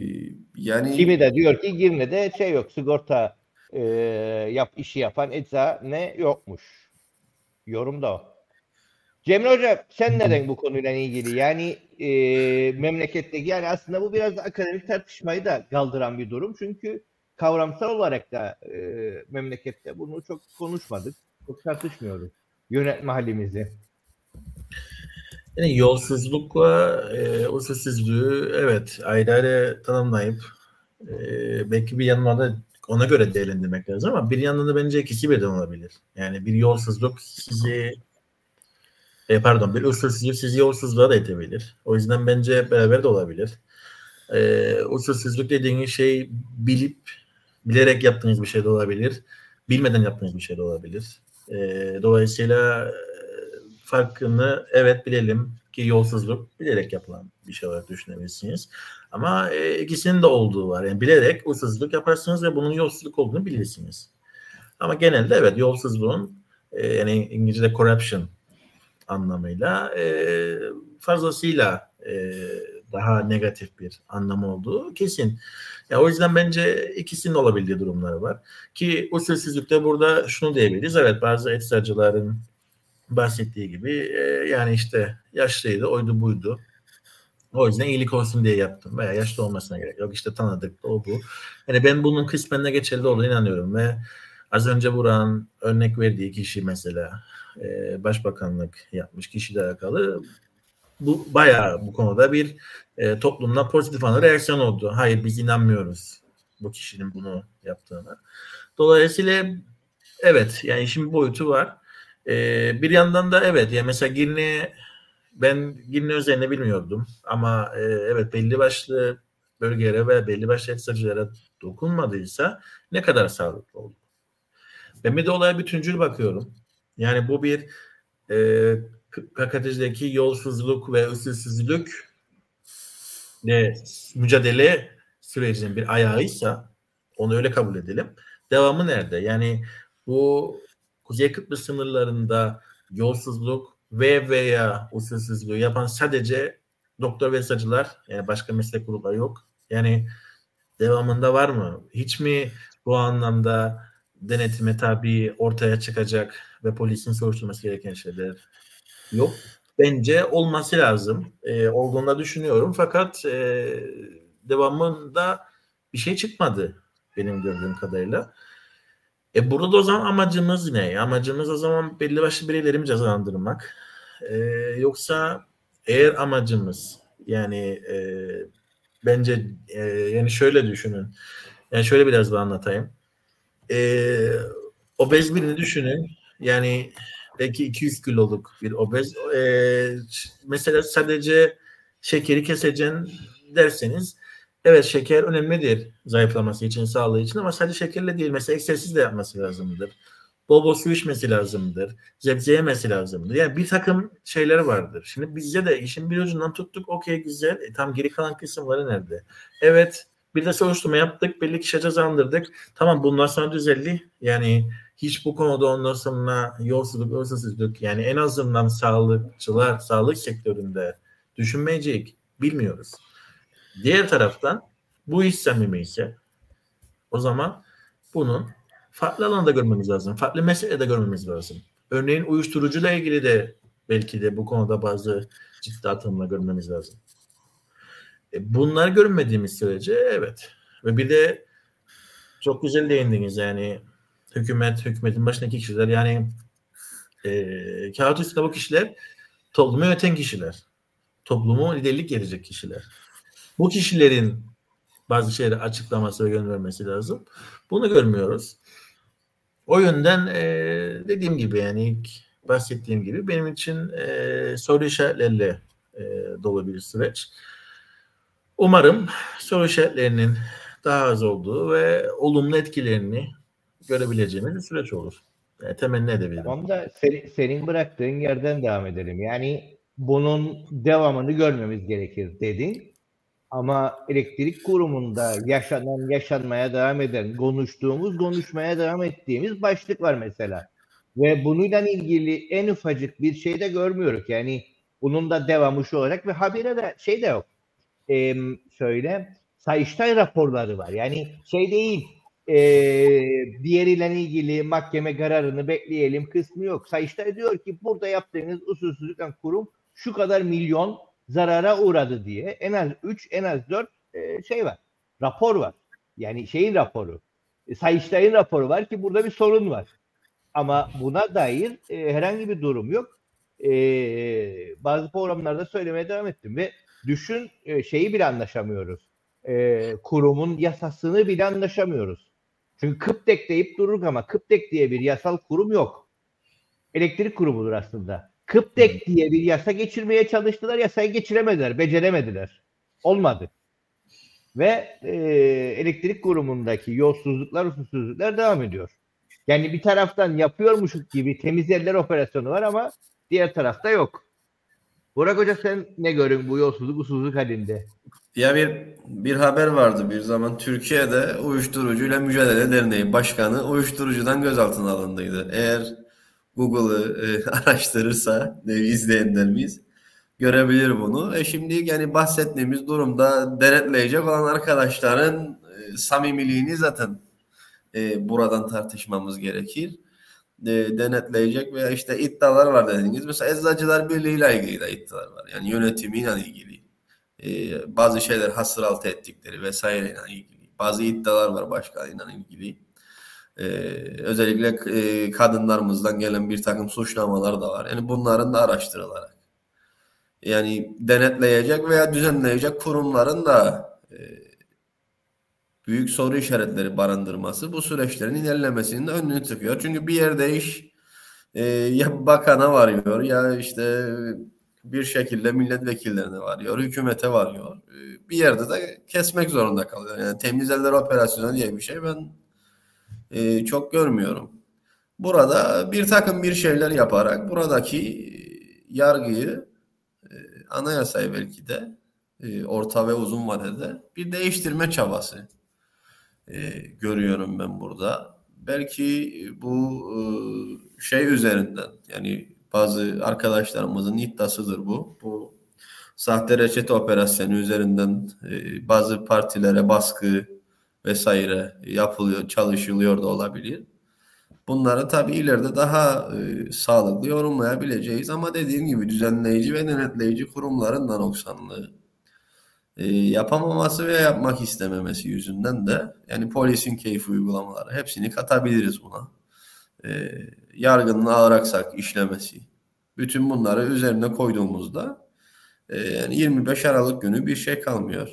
yani Kimi de diyor ki Girne'de şey yok, sigorta e, yap işi yapan eczane yokmuş. Yorum da o. Cemre Hoca sen neden bu konuyla ilgili? Yani e, memleketteki yani aslında bu biraz da akademik tartışmayı da kaldıran bir durum. Çünkü kavramsal olarak da e, memlekette bunu çok konuşmadık. Çok tartışmıyoruz. Yönetme halimizi. Yani yolsuzlukla e, usulsüzlüğü evet ayrı ayrı tanımlayıp e, belki bir yandan da ona göre değerlendirmek lazım ama bir yandan da bence ikisi birden olabilir. Yani bir yolsuzluk sizi e, pardon bir usulsüzlük sizi yolsuzluğa da itebilir. O yüzden bence beraber de olabilir. E, usulsüzlük dediğiniz şey bilip bilerek yaptığınız bir şey de olabilir. Bilmeden yaptığınız bir şey de olabilir. E, dolayısıyla farkını evet bilelim ki yolsuzluk bilerek yapılan bir şey olarak düşünebilirsiniz. Ama e, ikisinin de olduğu var. Yani bilerek usulsüzlük yaparsınız ve bunun yolsuzluk olduğunu bilirsiniz. Ama genelde evet yolsuzluğun e, yani İngilizce'de corruption anlamıyla e, fazlasıyla e, daha negatif bir anlamı olduğu kesin. Ya o yüzden bence ikisinin olabildiği durumlar var. Ki usulsüzlükte burada şunu diyebiliriz. Evet bazı eczacıların bahsettiği gibi e, yani işte yaşlıydı, oydu buydu. O yüzden iyilik olsun diye yaptım. Veya yaşlı olmasına gerek yok. İşte tanıdık o bu. Yani ben bunun kısmen de geçerli olduğunu inanıyorum ve az önce Burak'ın örnek verdiği kişi mesela e, başbakanlık yapmış kişiyle alakalı bu bayağı bu konuda bir e, toplumda pozitif anı reaksiyon oldu. Hayır biz inanmıyoruz bu kişinin bunu yaptığına. Dolayısıyla evet yani şimdi boyutu var. Ee, bir yandan da evet ya mesela Girne ben Girne üzerine bilmiyordum ama e, evet belli başlı bölgelere ve belli başlı eczacılara dokunmadıysa ne kadar sağlıklı olur? Ben bir de olaya bütüncül bakıyorum. Yani bu bir e, K K T C'deki yolsuzluk ve usulsüzlükle mücadele sürecinin bir ayağıysa onu öyle kabul edelim. Devamı nerede? Yani bu Kuzey Kıbrıs sınırlarında yolsuzluk ve veya usulsüzlüğü yapan sadece doktor ve eczacılar, yani başka meslek grupları yok. Yani devamında var mı? Hiç mi bu anlamda denetime tabi ortaya çıkacak ve polisin soruşturması gereken şeyler yok? Bence olması lazım. E, olduğunu da düşünüyorum. Fakat e, devamında bir şey çıkmadı benim gördüğüm kadarıyla. E burada da o zaman amacımız ne? Amacımız o zaman belli başlı bireyleri mi cezalandırmak? E, yoksa eğer amacımız yani e, bence e, yani şöyle düşünün. Yani şöyle biraz da anlatayım. E, obez birini düşünün. Yani belki iki yüz kiloluk bir obez. E, mesela sadece şekeri keseceksin derseniz evet şeker önemlidir zayıflaması için, sağlığı için ama sadece şekerle değil. Mesela egzersiz de yapması lazımdır. Bol bol su içmesi lazımdır. Zebze yemesi lazımdır. Yani bir takım şeyler vardır. Şimdi bizde de işin bir ucundan tuttuk. Okey güzel. E, tam geri kalan kısımları nerede? Evet bir de soruşturma yaptık. Belli kişiye cezalandırdık. Tamam bunlar sonra düzeldi. Yani hiç bu konuda ondan sonra yolsuzluk, hırsızlık yani en azından sağlıkçılar, sağlık sektöründe düşünmeyecek bilmiyoruz. Diğer taraftan bu iş samimi ise o zaman bunun farklı alanda görmemiz lazım. Farklı meselede görmemiz lazım. Örneğin uyuşturucuyla ilgili de belki de bu konuda bazı ciddi atımlar görmemiz lazım. E bunlar görmediğimiz sürece evet. Ve bir de çok güzel değindiniz yani hükümet, hükümetin başındaki kişiler yani e, kağıt üstünde bu kişiler toplumu yöneten kişiler. Toplumu liderlik edecek kişiler. Bu kişilerin bazı şeyleri açıklaması ve göndermesi lazım. Bunu görmüyoruz. O yönden e, dediğim gibi yani ilk bahsettiğim gibi benim için e, soru işaretlerle e, dolu bir süreç. Umarım soru işaretlerinin daha az olduğu ve olumlu etkilerini görebileceğimiz bir süreç olur. Yani temenni edebilirim. Tamam da senin, senin bıraktığın yerden devam edelim. Yani bunun devamını görmemiz gerekir dedin. Ama elektrik kurumunda yaşanan, yaşanmaya devam eden, konuştuğumuz, konuşmaya devam ettiğimiz başlık var mesela. Ve bununla ilgili en ufacık bir şey de görmüyoruz. Yani bunun da devamı şu olarak ve habire de şey de yok. Ee, söyle, Sayıştay raporları var. Yani şey değil, e, diğeriyle ilgili mahkeme kararını bekleyelim kısmı yok. Sayıştay diyor ki burada yaptığınız usulsüzlükten kurum şu kadar milyon zarara uğradı diye en az üç en az dört e, şey var. Rapor var. Yani şeyin raporu. E, Sayıştay'ın raporu var ki burada bir sorun var. Ama buna dair e, herhangi bir durum yok. E, bazı programlarda söylemeye devam ettim ve düşün e, şeyi bile anlaşamıyoruz. E, kurumun yasasını bile anlaşamıyoruz. Çünkü KıPTEK deyip dururuk ama KıPTEK diye bir yasal kurum yok. Elektrik kurumudur aslında. KıPTEK diye bir yasa geçirmeye çalıştılar. Yasayı geçiremediler. Beceremediler. Olmadı. Ve e, elektrik kurumundaki yolsuzluklar, usulsüzlükler devam ediyor. Yani bir taraftan yapıyormuşuz gibi temiz eller operasyonu var ama diğer tarafta yok. Burak Hoca sen ne görün bu yolsuzluk, usulsüzlük halinde? Ya bir bir haber vardı bir zaman Türkiye'de Uyuşturucuyla Mücadele Derneği Başkanı uyuşturucudan gözaltına alındıydı. Eğer Google'ı e, araştırırsa ne izleyenlerimiz görebilir bunu. E şimdi yani bahsettiğimiz durumda denetleyecek olan arkadaşların e, samimiliğini zaten e, buradan tartışmamız gerekir. E, denetleyecek veya işte iddialar var dediğiniz. Mesela Eczacılar Birliği ile ilgili de iddialar var. Yani yönetimiyle ilgili. E, bazı şeyler hasır altı ettikleri vesaireyle ilgili. Bazı iddialar var başkanıyla ilgili. Ee, özellikle e, kadınlarımızdan gelen bir takım suçlamalar da var. Yani bunların da araştırılarak yani denetleyecek veya düzenleyecek kurumların da e, büyük soru işaretleri barındırması bu süreçlerin ilerlemesinin de önünü tıkıyor. Çünkü bir yerde iş e, ya bakana varıyor ya işte bir şekilde milletvekillerine varıyor, hükümete varıyor. E, bir yerde de kesmek zorunda kalıyor. Yani temiz eller operasyonu diye bir şey ben e, çok görmüyorum. Burada bir takım bir şeyler yaparak buradaki yargıyı, e, anayasayı belki de e, orta ve uzun vadede bir değiştirme çabası e, görüyorum ben burada. Belki bu e, şey üzerinden, yani bazı arkadaşlarımızın iddiasıdır bu. Bu sahte reçete operasyonu üzerinden e, bazı partilere baskı vesaire yapılıyor, çalışılıyor da olabilir. Bunları tabii ileride daha e, sağlıklı yorumlayabileceğiz ama dediğim gibi düzenleyici ve denetleyici kurumların da noksanlığı, e, yapamaması veya yapmak istememesi yüzünden de yani polisin keyfi uygulamaları hepsini katabiliriz buna. E, yargının ağır aksak işlemesi. Bütün bunları üzerine koyduğumuzda e, yani yirmi beş Aralık günü bir şey kalmıyor.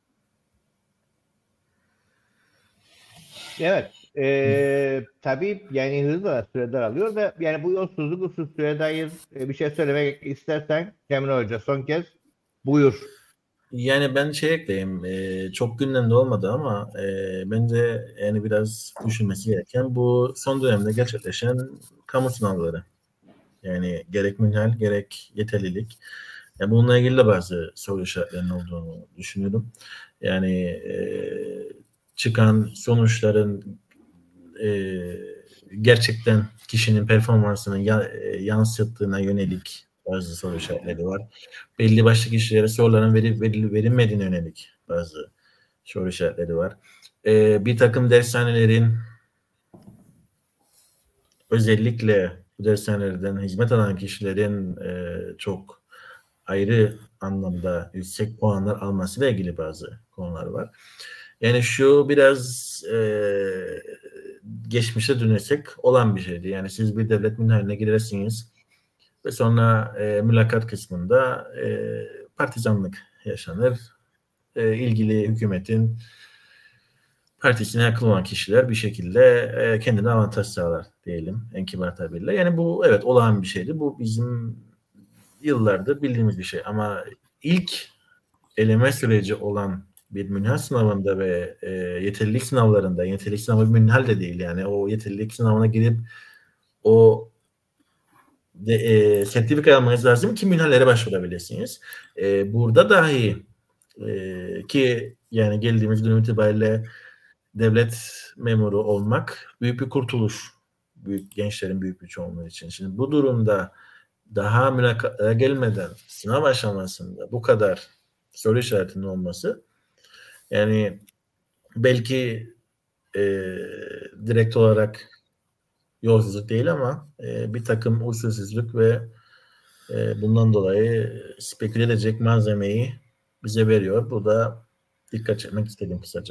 Evet. E, tabii yani hızla süreler alıyor ve yani bu yolsuzluk usul süreye dair e, bir şey söylemek istersen Cemre Hoca son kez buyur. Yani ben şey ekleyeyim, e, çok gündemde olmadı ama e, bence yani biraz düşünmesi gereken bu son dönemde gerçekleşen kamu sınavları. Yani gerek mühal gerek yeterlilik. Yani bununla ilgili de bazı soru işaretlerinin olduğunu düşünüyorum. Yani e, çıkan sonuçların e, gerçekten kişinin performansını ya, e, yansıttığına yönelik bazı soru işaretleri var. Belli başlı kişilere soruların verip veril, verilmediğine yönelik bazı soru işaretleri var. E, bir takım dershanelerin özellikle bu dershanelerden hizmet alan kişilerin e, çok ayrı anlamda yüksek puanlar almasıyla ilgili bazı konular var. Yani şu biraz e, geçmişe dönersek olan bir şeydi. Yani siz bir devlet münahaline girersiniz ve sonra e, mülakat kısmında e, partizanlık yaşanır. E, ilgili hükümetin partisine yakın olan kişiler bir şekilde e, kendine avantaj sağlar diyelim en kibar tabirle. Yani bu evet olağan bir şeydi. Bu bizim yıllardır bildiğimiz bir şey ama ilk eleme süreci olan bir münhal sınavında ve e, yeterlilik sınavlarında, yeterlilik sınavı münhal de değil yani o yeterlilik sınavına girip o de, e, sertifika almanız lazım ki münhallere başvurabilirsiniz. E, burada dahi e, ki yani geldiğimiz gün itibariyle devlet memuru olmak büyük bir kurtuluş. Büyük gençlerin büyük bir çoğunluğu için. Şimdi bu durumda daha mülakata gelmeden sınav aşamasında bu kadar soru işaretinin olması yani belki e, direkt olarak yolsuzluk değil ama e, bir takım usulsüzlük ve e, bundan dolayı speküle edecek malzemeyi bize veriyor. Bu da dikkat çekmek istedim kısaca.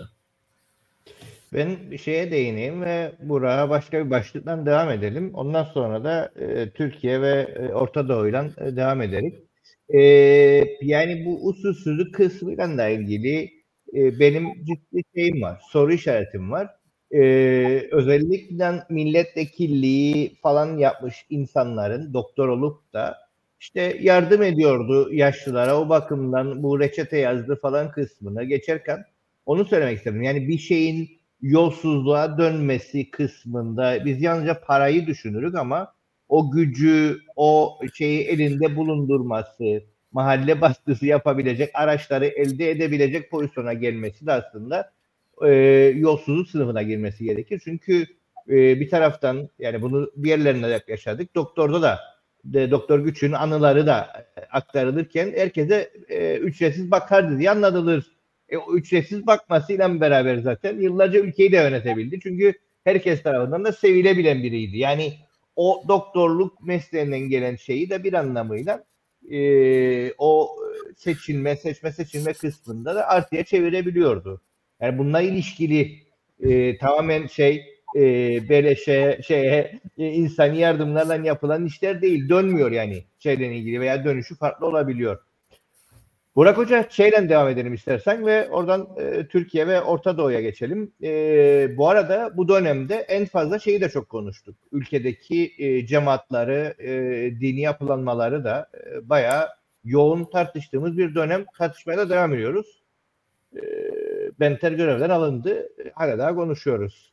Ben bir şeye değineyim ve buraya başka bir başlıktan devam edelim. Ondan sonra da e, Türkiye ve e, Orta Doğu'yla e, devam ederiz. E, yani bu usulsüzlük kısmıyla da ilgili e, benim ciddi şeyim var, soru işaretim var. E, özellikle milletvekilliği falan yapmış insanların doktor olup da işte yardım ediyordu yaşlılara o bakımdan bu reçete yazdı falan kısmına geçerken onu söylemek istedim. Yani bir şeyin yolsuzluğa dönmesi kısmında biz yalnızca parayı düşünürük ama o gücü, o şeyi elinde bulundurması, mahalle baskısı yapabilecek, araçları elde edebilecek pozisyona gelmesi de aslında e, yolsuzluk sınıfına girmesi gerekir. Çünkü e, bir taraftan yani bunu diğerlerine de yaşadık. Doktorda da de, Doktor Güç'ün anıları da aktarılırken herkese e, ücretsiz bakardı diye anlatılır. E, o ücretsiz bakmasıyla beraber zaten yıllarca ülkeyi de yönetebildi. Çünkü herkes tarafından da sevilebilen biriydi. Yani o doktorluk mesleğinden gelen şeyi de bir anlamıyla e, o seçilme, seçme seçilme kısmında da artıya çevirebiliyordu. Yani bununla ilişkili e, tamamen şey e, beleşe, şeye, e, insani yardımlarla yapılan işler değil. Dönmüyor yani şeyle ilgili veya dönüşü farklı olabiliyor. Burak Hoca şeyle devam edelim istersen ve oradan e, Türkiye ve Orta Doğu'ya geçelim. E, bu arada bu dönemde en fazla şeyi de çok konuştuk. Ülkedeki e, cemaatleri, e, dini yapılanmaları da e, bayağı yoğun tartıştığımız bir dönem. Tartışmaya da devam ediyoruz. E, benzer görevler alındı. Hala daha konuşuyoruz.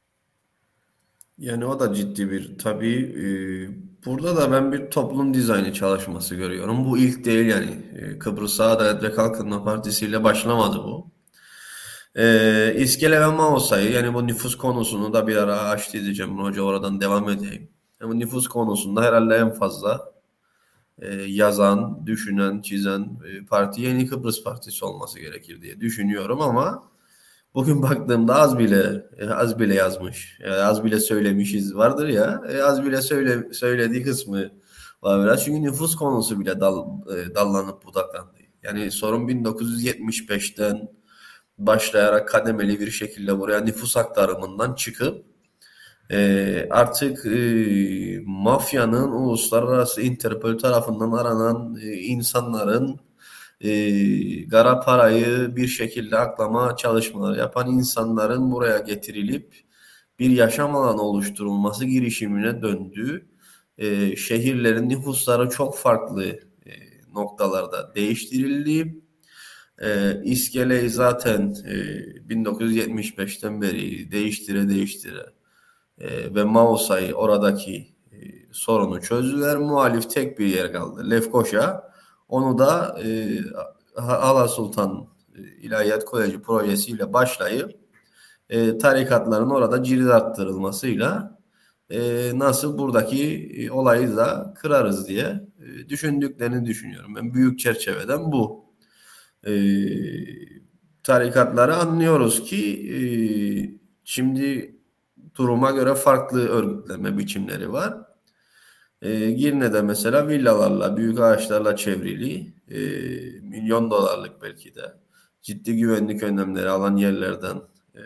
Yani o da ciddi bir tabii e, burada da ben bir toplum dizaynı çalışması görüyorum. Bu ilk değil yani. E, Kıbrıs Adalet ve Kalkınma Partisi ile başlamadı bu. E, İskele ve Maosa'yı yani bu nüfus konusunu da bir ara açtı diyeceğim. Hoca oradan devam edeyim. Yani nüfus konusunda herhalde en fazla e, yazan, düşünen, çizen e, parti Yeni Kıbrıs Partisi olması gerekir diye düşünüyorum ama bugün baktığımda az bile az bile yazmış. Yani az bile söylemişiz vardır ya. E, az bile söyle söylediği kısmı var biraz. Çünkü nüfus konusu bile dal, e, dallanıp budaklandı. Yani sorun bin dokuz yüz yetmiş beşten başlayarak kademeli bir şekilde buraya nüfus aktarımından çıkıp e, artık e, mafyanın uluslararası Interpol tarafından aranan e, insanların e, kara parayı bir şekilde aklama çalışmaları yapan insanların buraya getirilip bir yaşam alanı oluşturulması girişimine döndü. E, şehirlerin nüfusları çok farklı e, noktalarda değiştirildi. E, İskele'yi zaten e, bin dokuz yüz yetmiş beşten beri değiştire değiştire e, ve Maosa'yı oradaki e, sorunu çözdüler. Muhalif tek bir yer kaldı. Lefkoşa. Onu da e, Hala Sultan e, İlahiyat Koleji projesiyle başlayıp e, tarikatların orada cirit arttırılmasıyla e, nasıl buradaki e, olayı da kırarız diye e, düşündüklerini düşünüyorum. Ben büyük çerçeveden bu. E, tarikatları anlıyoruz ki e, şimdi duruma göre farklı örgütleme biçimleri var. E, Girne'de mesela villalarla, büyük ağaçlarla çevrili, e, milyon dolarlık belki de ciddi güvenlik önlemleri alan yerlerden e,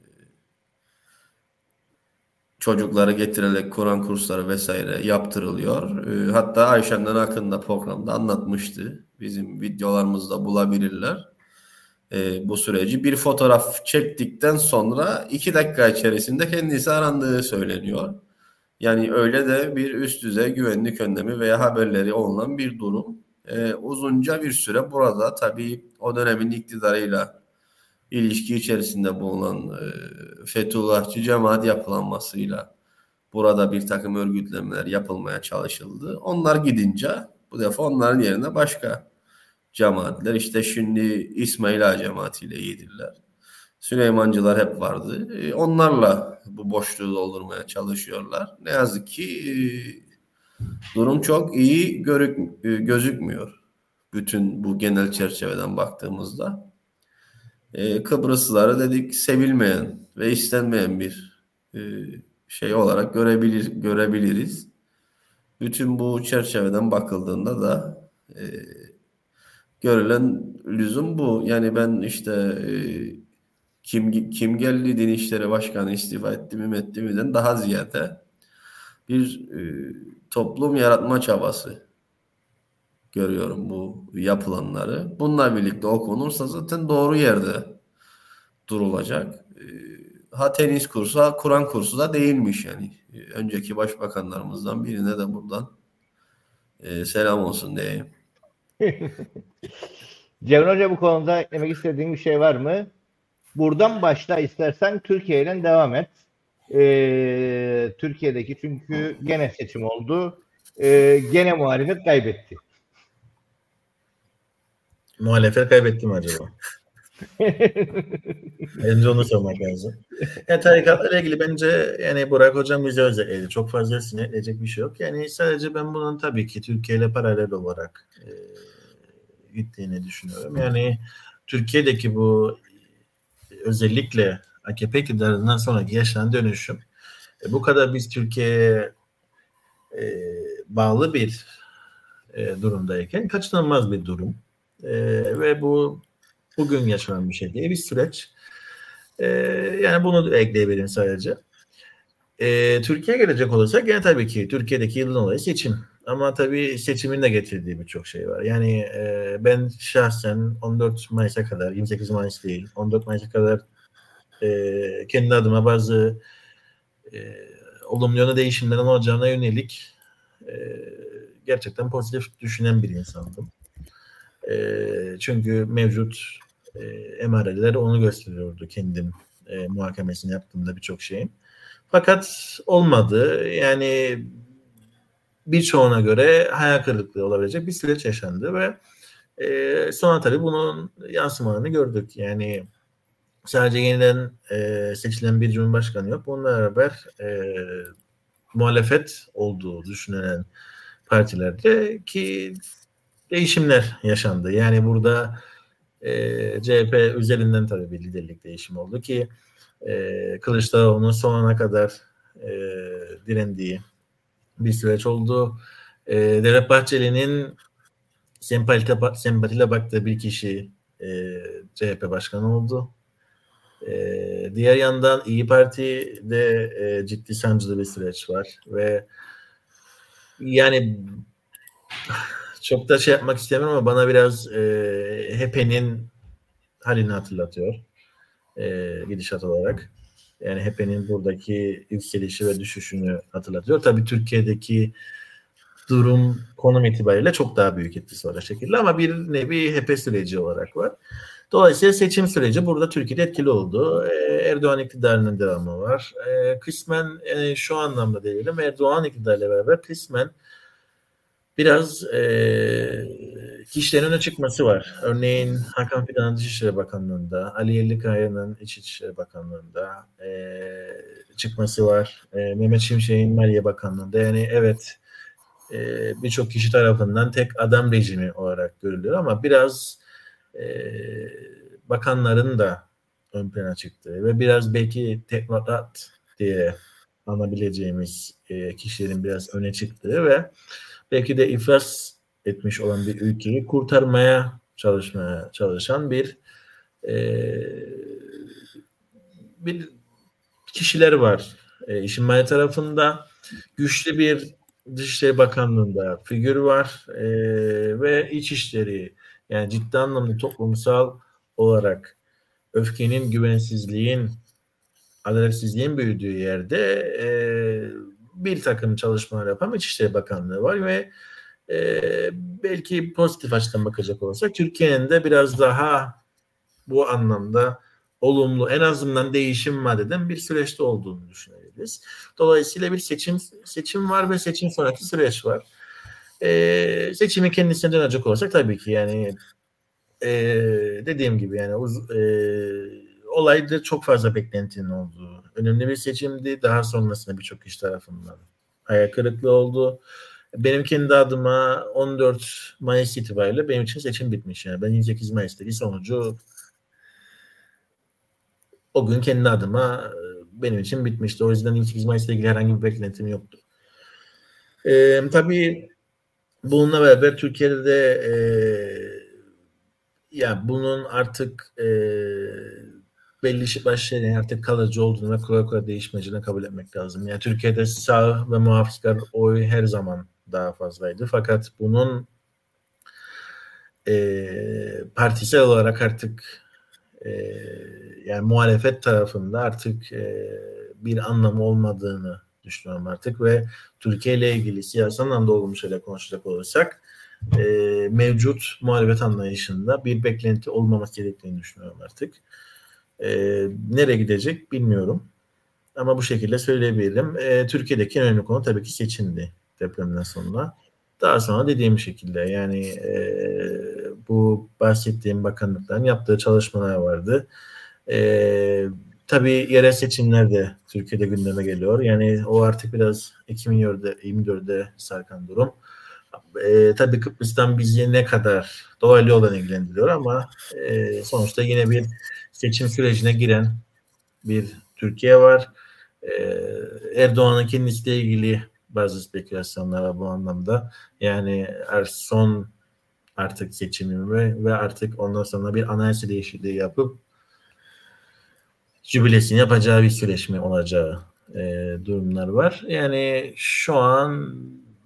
çocukları getirerek Kur'an kursları vesaire yaptırılıyor. E, hatta Ayşem'den Akın'da programda anlatmıştı. Bizim videolarımızda bulabilirler. E, bu süreci bir fotoğraf çektikten sonra iki dakika içerisinde kendisi arandığı söyleniyor. Yani öyle de bir üst düzey güvenlik önlemi veya haberleri olunan bir durum. Ee, uzunca bir süre burada tabii o dönemin iktidarıyla ilişki içerisinde bulunan e, Fethullahçı cemaat yapılanmasıyla burada bir takım örgütlemeler yapılmaya çalışıldı. Onlar gidince bu defa onların yerine başka cemaatler işte şimdi İsmail Ağa cemaatiyle yedirler. Süleymancılar hep vardı. E, onlarla bu boşluğu doldurmaya çalışıyorlar. Ne yazık ki e, durum çok iyi görük, e, gözükmüyor. Bütün bu genel çerçeveden baktığımızda. E, Kıbrıslıları dedik sevilmeyen ve istenmeyen bir e, şey olarak görebilir, görebiliriz. Bütün bu çerçeveden bakıldığında da e, görülen lüzum bu. Yani ben işte e, Kim, kim geldi Din İşleri Başkanı istifa etti mi etti mi'den daha ziyade bir e, toplum yaratma çabası görüyorum bu yapılanları. Bununla birlikte okunursa zaten doğru yerde durulacak. E, ha tenis kursu ha Kur'an kursu da değilmiş yani. E, önceki başbakanlarımızdan birine de buradan e, selam olsun diyeyim. Cevher Hoca bu konuda eklemek istediğin bir şey var mı? Buradan başla istersen Türkiye ile devam et. Ee, Türkiye'deki çünkü gene seçim oldu. Ee, gene muhalefet kaybetti. Muhalefet kaybetti mi acaba? Önce onu sormak lazım. Yani tarikatlarla ilgili bence yani Burak Hocam bize özetledi. Çok fazla sinirlenecek bir şey yok. Yani sadece ben bunun tabii ki Türkiye ile paralel olarak e, gittiğini düşünüyorum. Yani Türkiye'deki bu özellikle A K P iktidarından sonraki yaşanan dönüşüm e, bu kadar biz Türkiye'ye e, bağlı bir e, durumdayken kaçınılmaz bir durum. E, ve bu bugün yaşanan bir şey diye bir süreç. E, yani bunu ekleyebilirim sadece. E, Türkiye'ye gelecek olursak yine tabii ki Türkiye'deki yılın olayı seçim. Ama tabii seçimin de getirdiği birçok şey var. Yani e, ben şahsen on dört Mayıs'a kadar, yirmi sekiz Mayıs değil, on dört Mayıs'a kadar e, kendi adıma bazı e, olumlu yönde değişimlerin olacağına yönelik e, gerçekten pozitif düşünen bir insandım. E, çünkü mevcut e, emareler onu gösteriyordu kendim e, muhakemesini yaptığımda birçok şeyin. Fakat olmadı. Yani birçoğuna göre hayal kırıklığı olabilecek bir süreç yaşandı ve e, sonra tabii bunun yansımalarını gördük. Yani sadece yeniden e, seçilen bir cumhurbaşkanı yok. Bununla beraber e, muhalefet olduğu düşünülen partilerde ki değişimler yaşandı. Yani burada e, C H P üzerinden tabii bir liderlik değişimi oldu ki e, Kılıçdaroğlu'nun sonuna kadar e, direndiği bir süreç oldu. E, Devlet Bahçeli'nin sempatiyle, sempatiyle baktığı bir kişi e, C H P başkanı oldu. E, diğer yandan İyi Parti'de e, ciddi sancılı bir süreç var ve yani çok da şey yapmak istemiyorum ama bana biraz e, H P N'nin halini hatırlatıyor e, gidişat olarak. Yani H P'nin buradaki yükselişi ve düşüşünü hatırlatıyor. Tabii Türkiye'deki durum konum itibariyle çok daha büyük etkisi var şekilde ama bir nevi H P süreci olarak var. Dolayısıyla seçim süreci burada Türkiye'de etkili oldu. Ee, Erdoğan iktidarının devamı var. Ee, kısmen e, şu anlamda diyelim Erdoğan iktidarıyla beraber kısmen biraz e, kişilerin öne çıkması var. Örneğin Hakan Fidan'ın Dışişleri Bakanlığı'nda, Ali Yerlikaya'nın İçişleri Bakanlığı'nda e, çıkması var. E, Mehmet Şimşek'in Maliye Bakanlığı'nda. Yani evet e, birçok kişi tarafından tek adam rejimi olarak görülüyor ama biraz e, bakanların da ön plana çıktığı ve biraz belki teknokrat diye anabileceğimiz e, kişilerin biraz öne çıktığı ve belki de iflas etmiş olan bir ülkeyi kurtarmaya çalışmaya çalışan bir e, bir kişiler var. E, işin mali tarafında güçlü bir Dışişleri Bakanlığı'nda figür var e, ve İçişleri yani ciddi anlamda toplumsal olarak öfkenin, güvensizliğin, adaletsizliğin büyüdüğü yerde e, bir takım çalışmalar yapan İçişleri Bakanlığı var ve e, belki pozitif açıdan bakacak olursak Türkiye'nin de biraz daha bu anlamda olumlu, en azından değişim vaat eden bir süreçte olduğunu düşünebiliriz. Dolayısıyla bir seçim seçim var ve seçim sonraki süreç var. Ee, seçimi kendisine dönecek olursak tabii ki yani e, dediğim gibi yani uz, e, olayda çok fazla beklentinin olduğu önemli bir seçimdi. Daha sonrasında birçok kişi tarafından hayal kırıklığı oldu. Benim kendi adıma on dört Mayıs itibariyle benim için seçim bitmiş. Yani ben yirmi sekiz Mayıs'taki sonucu o gün kendi adıma benim için bitmişti. O yüzden yirmi sekiz Mayıs'la ilgili herhangi bir beklentim yoktu. Ee, tabii bununla beraber Türkiye'de de e, ya bunun artık e, belli başlı şeylerin artık kalıcı olduğunu ve kolay kolay değişmeyeceğini kabul etmek lazım. Yani Türkiye'de sağ ve muhafazakar oy her zaman daha fazlaydı. Fakat bunun e, partisel olarak artık e, yani muhalefet tarafında artık e, bir anlamı olmadığını düşünüyorum artık ve Türkiye ile ilgili siyasi anlamda olumlu şeyler konuşacak olursak e, mevcut muhalefet anlayışında bir beklenti olmaması gerektiğini düşünüyorum artık. E, nereye gidecek bilmiyorum. Ama bu şekilde söyleyebilirim. E, Türkiye'deki en önemli konu tabii ki seçimdi depremden sonra. Daha sonra dediğim şekilde yani e, bu bahsettiğim bakanlıkların yaptığı çalışmalar vardı. E, tabii yerel seçimler de Türkiye'de gündeme geliyor. Yani o artık biraz iki bin yirmi dörde sarkan durum. E, tabii Kıbrıs'tan bizi ne kadar doğal yoldan ilgilendiriyor ama e, sonuçta yine bir seçim sürecine giren bir Türkiye var. E, Erdoğan'ın kendisiyle ilgili bazı spekülasyonlar var bu anlamda. Yani son artık seçimi ve, ve artık ondan sonra bir anayasa değişikliği yapıp jübilesini yapacağı bir süreç mi olacağı e, durumlar var. Yani şu an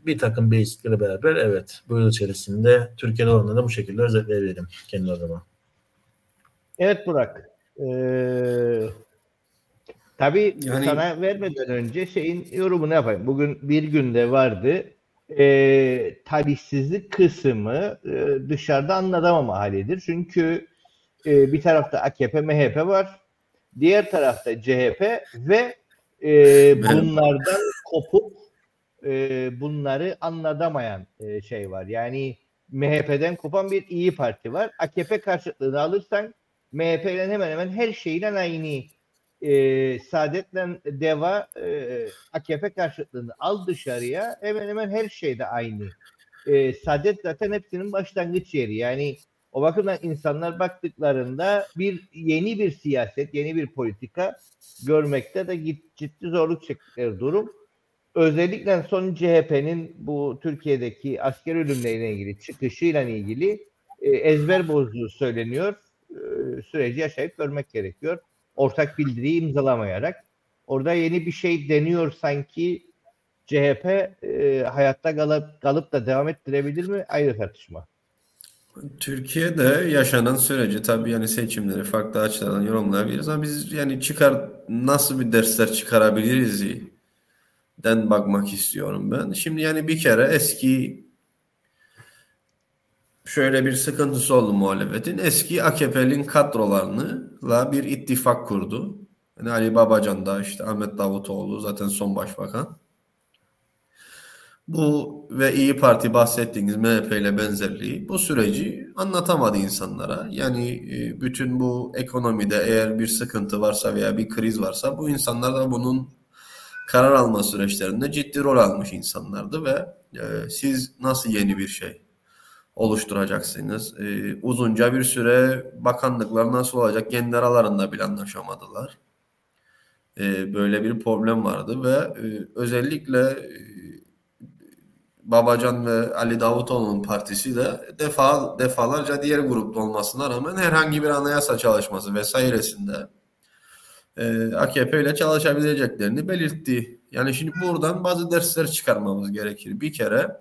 bir takım basiklere beraber evet bu yıl içerisinde Türkiye'de olanları da bu şekilde özetleyebilirim kendi adıma. Evet Burak. Ee, tabii Yani sana vermeden önce şeyin yorumunu yapayım. Bugün bir günde vardı. Ee, talihsizlik kısmı e, dışarıda anlatamama halidir. Çünkü e, bir tarafta A K P, M H P var. Diğer tarafta C H P ve e, bunlardan kopup e, bunları anlatamayan e, şey var. Yani M H P'den kopan bir İyi Parti var. A K P karşıtlığını alırsan M H P'den hemen hemen her şeyle aynı. E, Saadet'le Deva e, A K P karşıtlığını al dışarıya hemen hemen her şeyde aynı. E, Saadet zaten hepsinin başlangıç yeri. Yani o bakımdan insanlar baktıklarında bir yeni bir siyaset, yeni bir politika görmekte de ciddi zorluk çektikleri durum. Özellikle son C H P'nin bu Türkiye'deki asker ölümleriyle ilgili çıkışıyla ilgili e, ezber bozduğu söyleniyor. E, süreci yaşayıp görmek gerekiyor. Ortak bildiriyi imzalamayarak. Orada yeni bir şey deniyor sanki. C H P e, hayatta kalıp, kalıp da devam ettirebilir mi? Ayrı tartışma. Türkiye'de yaşanan süreci tabii yani seçimleri farklı açılardan yorumlayabiliriz ama biz yani çıkar nasıl bir dersler çıkarabiliriz den bakmak istiyorum ben. Şimdi yani bir kere eski şöyle bir sıkıntısı oldu muhalefetin. Eski A K P'nin kadrolarıyla bir ittifak kurdu. Yani Ali Babacan da işte Ahmet Davutoğlu zaten son başbakan. Bu ve İyi Parti bahsettiğiniz M H P ile benzerliği bu süreci anlatamadı insanlara. Yani e, bütün bu ekonomide eğer bir sıkıntı varsa veya bir kriz varsa bu insanlar da bunun karar alma süreçlerinde ciddi rol almış insanlardı ve e, siz nasıl yeni bir şey oluşturacaksınız? E, uzunca bir süre bakanlıklar nasıl olacak? Kendi aralarında bile anlaşamadılar. E, böyle bir problem vardı ve e, özellikle e, Babacan ve Ali Davutoğlu'nun partisi de defa, defalarca diğer grupta olmasına rağmen herhangi bir anayasa çalışması vesairesinde e, A K P ile çalışabileceklerini belirtti. Yani şimdi buradan bazı dersler çıkarmamız gerekir. Bir kere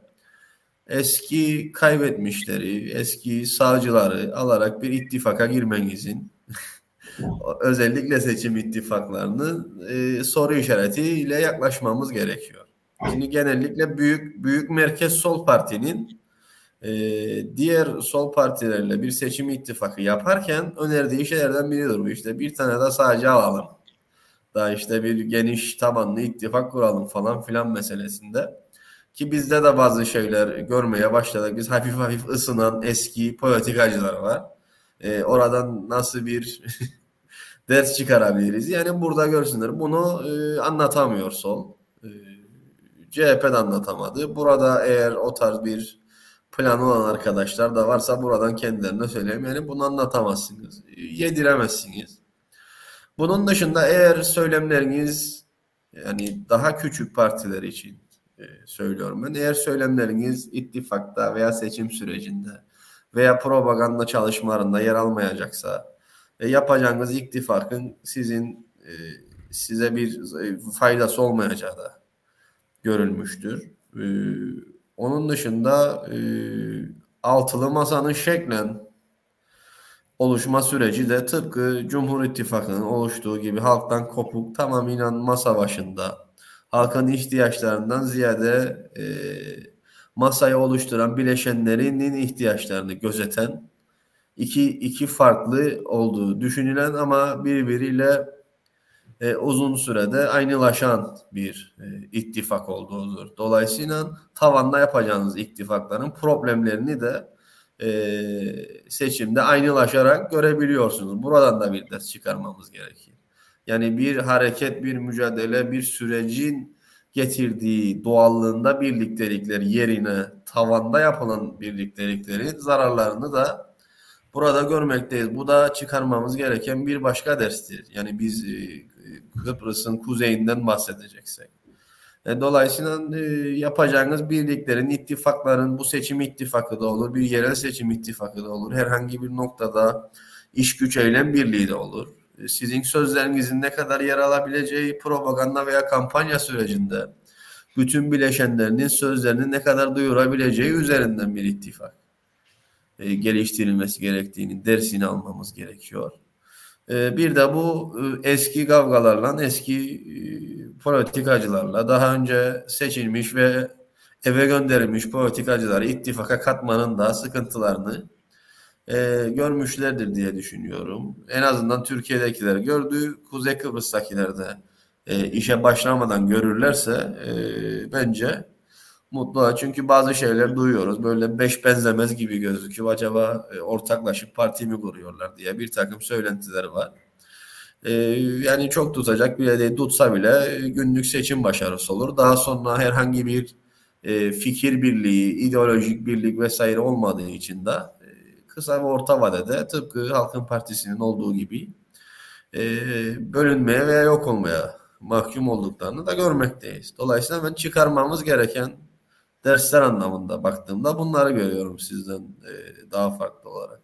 eski kaybetmişleri, eski sağcıları alarak bir ittifaka girmenizin özellikle seçim ittifaklarını e, soru işaretiyle yaklaşmamız gerekiyor. Şimdi genellikle büyük büyük merkez sol partinin e, diğer sol partilerle bir seçim ittifakı yaparken önerdiği şeylerden biridir bu. İşte bir tane de sadece alalım. Daha işte bir geniş tabanlı ittifak kuralım falan filan meselesinde. Ki bizde de bazı şeyler görmeye başladık. Biz hafif hafif ısınan eski politikacılar var. E, oradan nasıl bir ders çıkarabiliriz? Yani burada görsünler. Bunu e, anlatamıyor sol. E, C H P de anlatamadı. Burada eğer o tarz bir plan olan arkadaşlar da varsa buradan kendilerine söyleyeyim. Yani bunu anlatamazsınız. Yediremezsiniz. Bunun dışında eğer söylemleriniz yani daha küçük partiler için e, söylüyorum ben. Eğer söylemleriniz ittifakta veya seçim sürecinde veya propaganda çalışmalarında yer almayacaksa e, yapacağınız ittifakın sizin e, size bir e, faydası olmayacağı da görülmüştür. E, onun dışında e, altılı masanın şeklen oluşma süreci de tıpkı Cumhur İttifakı'nın oluştuğu gibi halktan kopuk tamamıyla masa başında halkın ihtiyaçlarından ziyade e, masayı oluşturan bileşenlerinin ihtiyaçlarını gözeten iki, iki farklı olduğu düşünülen ama birbiriyle e, uzun sürede aynılaşan bir e, ittifak olduğudur. Dolayısıyla tavanda yapacağınız ittifakların problemlerini de e, seçimde aynılaşarak görebiliyorsunuz. Buradan da bir ders çıkarmamız gerekir. Yani bir hareket, bir mücadele, bir sürecin getirdiği doğallığında birliktelikler yerine tavanda yapılan birlikteliklerin zararlarını da burada görmekteyiz. Bu da çıkarmamız gereken bir başka derstir. Yani biz e, Kıbrıs'ın kuzeyinden bahsedeceksek. E, dolayısıyla e, yapacağınız birliklerin, ittifakların, bu seçim ittifakı da olur, bir yerel seçim ittifakı da olur. Herhangi bir noktada iş güç eylem birliği de olur. E, sizin sözlerinizin ne kadar yer alabileceği propaganda veya kampanya sürecinde bütün bileşenlerinin sözlerini ne kadar duyurabileceği üzerinden bir ittifak e, geliştirilmesi gerektiğinin dersini almamız gerekiyor. E, bir de bu e, eski kavgalarla, eski e, politikacılarla, daha önce seçilmiş ve eve gönderilmiş politikacıları ittifaka katmanın da sıkıntılarını e, görmüşlerdir diye düşünüyorum. En azından Türkiye'dekiler gördü, Kuzey Kıbrıs'takiler de e, işe başlamadan görürlerse e, bence mutlu. Çünkü bazı şeyler duyuyoruz. Böyle beş benzemez gibi gözüküyor. Acaba e, ortaklaşıp parti mi kuruyorlar diye bir takım söylentiler var. E, yani çok tutacak bile değil. Tutsa bile e, günlük seçim başarısı olur. Daha sonra herhangi bir e, fikir birliği, ideolojik birlik vesaire olmadığı için de e, kısa ve orta vadede tıpkı Halkın Partisi'nin olduğu gibi e, bölünmeye veya yok olmaya mahkum olduklarını da görmekteyiz. Dolayısıyla ben çıkarmamız gereken dersler anlamında baktığımda bunları görüyorum sizden e, daha farklı olarak.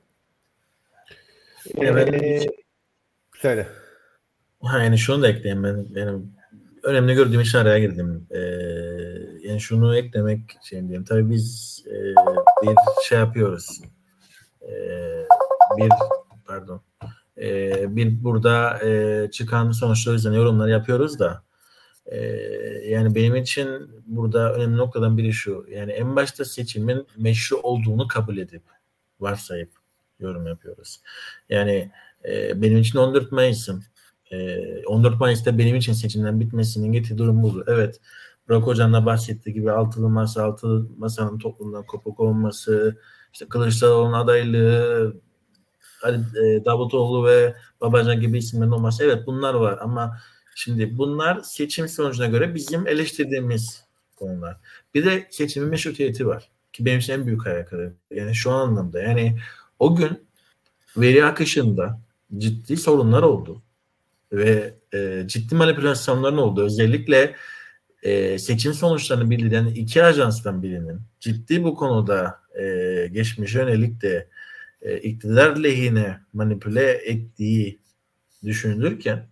Evet. Ee, söyle. Ha, yani şunu da ekleyeyim ben. Benim önemli gördüğüm için araya girdim. Ee, yani şunu eklemek şey diyeyim. Tabii biz e, bir şey yapıyoruz. Ee, bir pardon. Ee, bir burada e, çıkan sonuçlar üzerine yorumlar yapıyoruz da e, yani benim için burada önemli noktadan biri şu. Yani en başta seçimin meşru olduğunu kabul edip varsayıp yorum yapıyoruz. Yani e, benim için on dört Mayıs'ım. E, on dört Mayıs'ta benim için seçimden bitmesinin getirdiği durum budur. Evet, Burak Hoca'nın da bahsettiği gibi altılı masa, altılı masanın toplumdan kopuk olması, işte Kılıçdaroğlu'nun adaylığı, Ali, e, Davutoğlu ve Babacan gibi isimlerin olması, evet bunlar var ama şimdi bunlar seçim sonucuna göre bizim eleştirdiğimiz konular. Bir de seçimin meşrutiyeti var ki benim için en büyük hayal kırıklığı. Yani şu anlamda, yani o gün veri akışında ciddi sorunlar oldu ve e, ciddi manipülasyonların oldu. Özellikle e, seçim sonuçlarını bildiren iki ajanstan birinin ciddi bu konuda e, geçmişe yönelik de e, iktidar lehine manipüle ettiği düşünülürken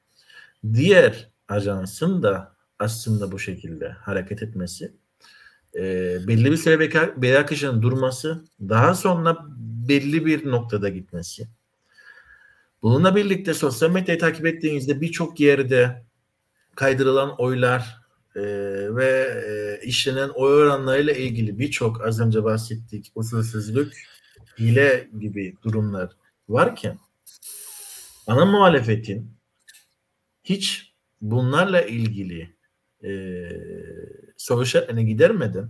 diğer ajansın da aslında bu şekilde hareket etmesi, e, belli bir süre veri akışının durması, daha sonra belli bir noktada gitmesi. Bununla birlikte sosyal medyayı takip ettiğinizde birçok yerde kaydırılan oylar e, ve e, işlenen oy oranlarıyla ilgili birçok, az önce bahsettik, usulsüzlük, hile gibi durumlar varken ana muhalefetin hiç bunlarla ilgili e, soru işaretlerini gidermeden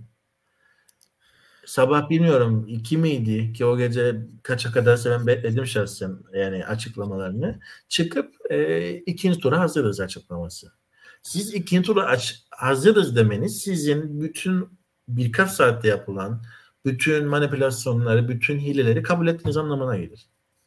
sabah bilmiyorum iki miydi ki o gece kaça kadarsa ben bekledim şahsen yani açıklamalarını, çıkıp e, ikinci tura hazırız açıklaması. Siz ikinci tura aç, hazırız demeniz sizin bütün birkaç saatte yapılan bütün manipülasyonları, bütün hileleri kabul ettiğiniz anlamına gelir.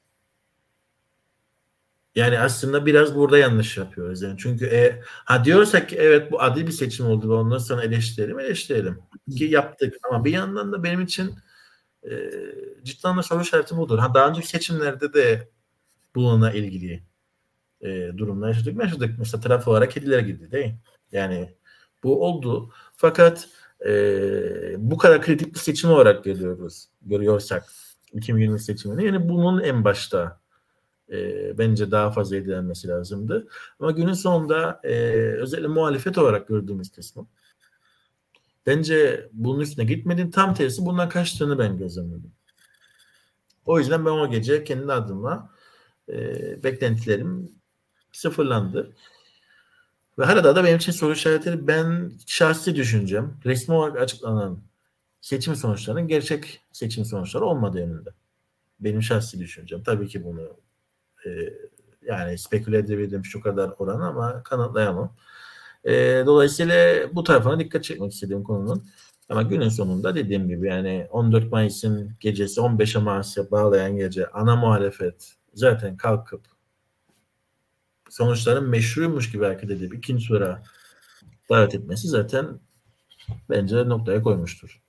Yani aslında biraz burada yanlış yapıyoruz. Yani çünkü e, ha diyorsak ki evet bu adil bir seçim oldu ve ondan sonra eleştirelim, eleştirelim. Ki yaptık. Ama bir yandan da benim için e, ciddi anlamda soru işareti budur. Ha, daha önceki seçimlerde de bununla ilgili e, durumlar yaşadık. yaşadık. Mesela taraf olarak kediler girdi değil. Yani bu oldu. Fakat e, bu kadar kritik bir seçim olarak görüyoruz. Görüyorsak iki bin yirmi seçimini. Yani bunun en başta E, bence daha fazla edilenmesi lazımdı. Ama günün sonunda e, özellikle muhalefet olarak gördüğümüz kısmı bence bunun üstüne gitmediğin, tam tersi bundan kaçtığını ben gözlemledim. O yüzden ben o gece kendi adıma e, beklentilerim sıfırlandı. Ve arada da benim için soru işaretleri, ben şahsi düşüncem resmi olarak açıklanan seçim sonuçlarının gerçek seçim sonuçları olmadığı yönünde. Benim şahsi düşüncem. Tabii ki bunu Ee, yani speküle edebildim şu kadar oran ama kanıtlayamam. Ee, dolayısıyla bu tarafına dikkat çekmek istediğim konunun. Ama günün sonunda dediğim gibi yani on dört Mayıs'ın gecesi on beşe Mayıs'a bağlayan gece ana muhalefet zaten kalkıp sonuçların meşruymuş gibi hareket edip ikinci tura davet etmesi zaten bence noktaya koymuştur.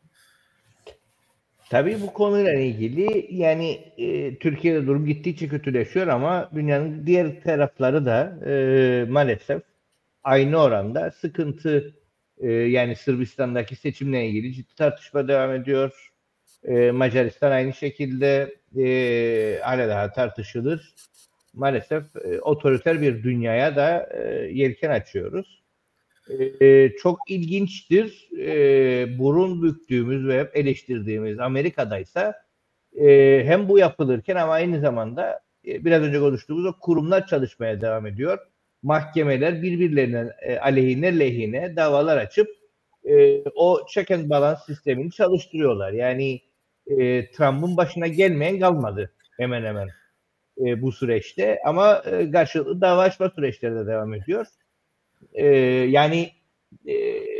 Tabii bu konuyla ilgili yani e, Türkiye'de durum gittikçe kötüleşiyor ama dünyanın diğer tarafları da e, maalesef aynı oranda sıkıntı E, yani Sırbistan'daki seçimle ilgili ciddi tartışma devam ediyor. E, Macaristan aynı şekilde e, hala daha tartışılır. Maalesef e, otoriter bir dünyaya da e, yelken açıyoruz. E, çok ilginçtir. E, burun büktüğümüz ve hep eleştirdiğimiz Amerika'daysa e, hem bu yapılırken ama aynı zamanda e, biraz önce konuştuğumuz o kurumlar çalışmaya devam ediyor. Mahkemeler birbirlerine e, aleyhine lehine davalar açıp e, o check and balance sistemini çalıştırıyorlar. Yani e, Trump'ın başına gelmeyen kalmadı hemen hemen e, bu süreçte ama e, karşılıklı dava açma süreçleri de devam ediyor. E, yani e,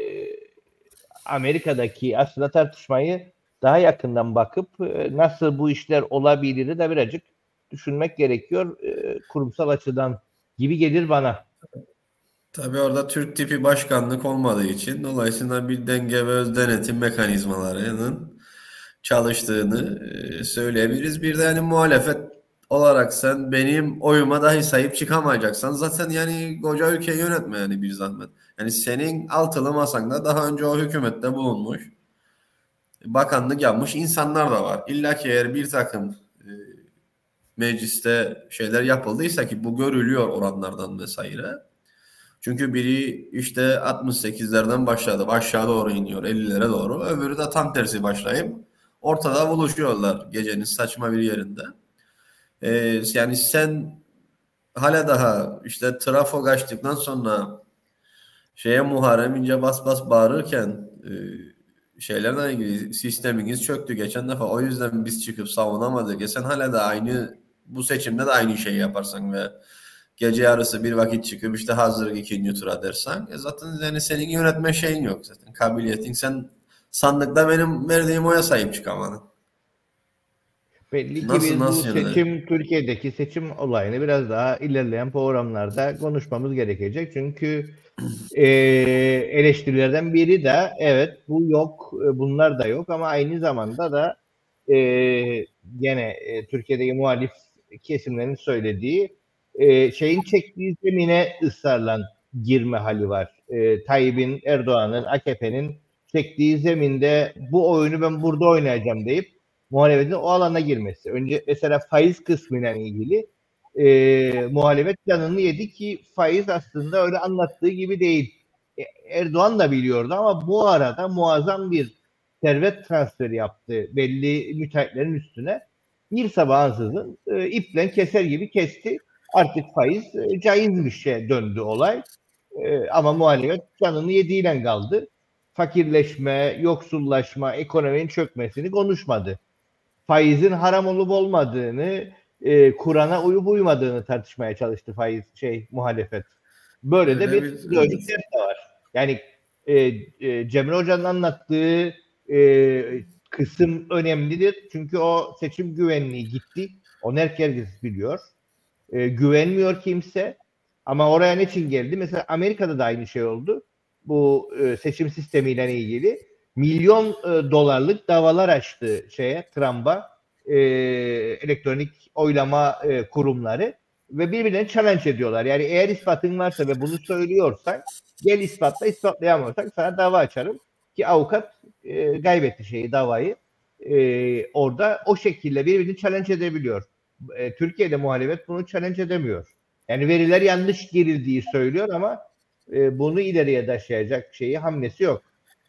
Amerika'daki aslında tartışmayı daha yakından bakıp e, nasıl bu işler olabilir de birazcık düşünmek gerekiyor e, kurumsal açıdan gibi gelir bana. Tabii orada Türk tipi başkanlık olmadığı için dolayısıyla bir denge ve öz denetim mekanizmalarının çalıştığını e, söyleyebiliriz. Bir de yani muhalefet olarak sen benim oyuma dahi sahip çıkamayacaksan zaten yani koca ülkeyi yönetme yani bir zahmet. Yani senin altılı masanda daha önce o hükümette bulunmuş, bakanlık yapmış insanlar da var. İlla ki eğer bir takım e, mecliste şeyler yapıldıysa ki bu görülüyor oranlardan vesaire. Çünkü biri işte altmış sekizlerden başladı. Aşağı doğru iniyor. ellilere doğru. Öbürü de tam tersi başlayıp ortada buluşuyorlar gecenin saçma bir yerinde. Ee, yani sen hala daha işte trafo kaçtıktan sonra şeye Muharrem İnce bas bas bağırırken e, şeylerle ilgili sisteminiz çöktü geçen defa. O yüzden biz çıkıp savunamadık. E sen hala da aynı bu seçimde de aynı şeyi yaparsan ve gece yarısı bir vakit çıkıp işte hazır ikinci tura dersen e zaten yani senin yönetme şeyin yok zaten. Kabiliyetin sen sandıkta benim verdiğim oya sahip çıkamadın. Belli ki Nasıl biz bu nasıl yani? seçim Türkiye'deki seçim olayını biraz daha ilerleyen programlarda konuşmamız gerekecek. Çünkü e, eleştirilerden biri de evet bu yok, bunlar da yok ama aynı zamanda da e, gene e, Türkiye'deki muhalif kesimlerin söylediği e, şeyin çektiği zemine ısrarla girme hali var. E, Tayyip'in, Erdoğan'ın, A K P'nin çektiği zeminde bu oyunu ben burada oynayacağım deyip muhalefetin o alana girmesi. Önce mesela faiz kısmıyla ilgili e, muhalefet canını yedi ki faiz aslında öyle anlattığı gibi değil. E, Erdoğan da biliyordu ama bu arada muazzam bir servet transferi yaptı belli müteahhitlerin üstüne. Bir sabah ansızın e, iple keser gibi kesti. Artık faiz e, caiz bir şeye döndü olay. E, ama muhalefet canını yediğiyle kaldı. Fakirleşme, yoksullaşma, ekonominin çökmesini konuşmadı. Faizin haram olup olmadığını, e, Kur'an'a uyup uymadığını tartışmaya çalıştı faiz şey muhalefet. Böyle de Öyle bir bir- ideolojik ders de var. Yani e, e, Cemre Hoca'nın anlattığı e, kısım önemlidir. Çünkü o seçim güvenliği gitti. Onu herkes biliyor. E, güvenmiyor kimse. Ama oraya ne için geldi? Mesela Amerika'da da aynı şey oldu. Bu e, seçim sistemiyle ilgili milyon e, dolarlık davalar açtı şeye Trump'a e, elektronik oylama e, kurumları ve birbirlerini challenge ediyorlar. Yani eğer ispatın varsa ve bunu söylüyorsan gel ispatla, ispatlayamıyorsak sana dava açarım ki avukat e, kaybetti şeyi davayı. E, orada o şekilde birbirini challenge edebiliyor. E, Türkiye'de muhalefet bunu challenge edemiyor. Yani veriler yanlış girildiği söylüyor ama e, bunu ileriye taşıyacak şeyi hamlesi yok.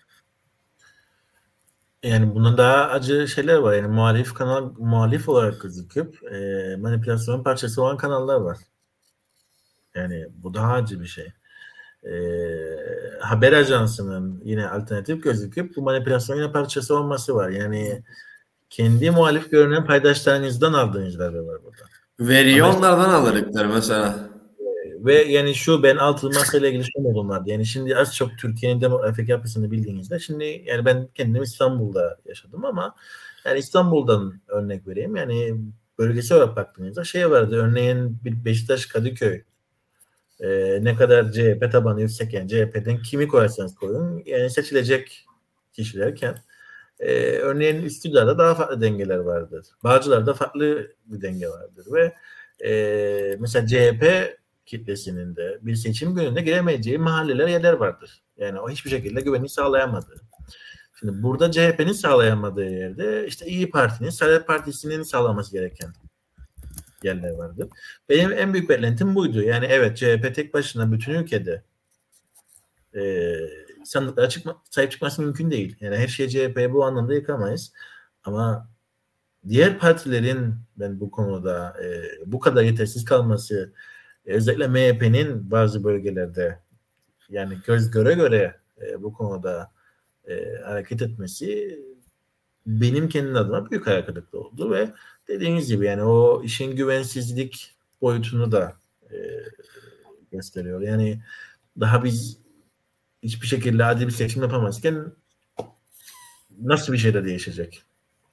Yani bunun daha acı şeyler var. Yani muhalif kanal muhalif olarak gözüküp e, manipülasyon parçası olan kanallar var. Yani bu daha acı bir şey. E, haber ajansının yine alternatif gözüküp bu manipülasyonun parçası olması var. Yani kendi muhalif görünen paydaşlarınızdan aldığınız da var burada. Veriyi Ama onlardan alırıklar mesela. ve yani şu ben altılı masayla ilgili şu modum Yani şimdi az çok Türkiye'nin demografik yapısını bildiğinizde şimdi yani ben kendim İstanbul'da yaşadım ama yani İstanbul'dan örnek vereyim. Yani bölgesel olarak baktığınızda şey vardı örneğin bir Beşiktaş Kadıköy e, ne kadar C H P tabanı yüksek yani C H P'den kimi koyarsanız koyun yani seçilecek kişilerken e, örneğin Üsküdar'da daha farklı dengeler vardır. Bağcılar'da farklı bir denge vardır ve e, mesela C H P kitlesinin de bir seçim gününde giremeyeceği mahalleler, yerler vardır. Yani o hiçbir şekilde güvenliği sağlayamadığı. Şimdi burada C H P'nin sağlayamadığı yerde işte İYİ Parti'nin, Saadet Partisi'nin sağlaması gereken yerler vardır. Benim en büyük beklentim buydu. Yani evet, C H P tek başına bütün ülkede e, sandıklara çıkma, sahip çıkması mümkün değil. Yani her şeyi C H P'ye bu anlamda yıkamayız. Ama diğer partilerin ben bu konuda e, bu kadar yetersiz kalması, e, özellikle M H P'nin bazı bölgelerde yani göz göre göre e, bu konuda e, hareket etmesi benim kendi adıma büyük hayal kırıklığı oldu ve dediğiniz gibi yani o işin güvensizlik boyutunu da e, gösteriyor. Yani daha biz hiçbir şekilde adil bir seçim yapamazken nasıl bir şey de değişecek?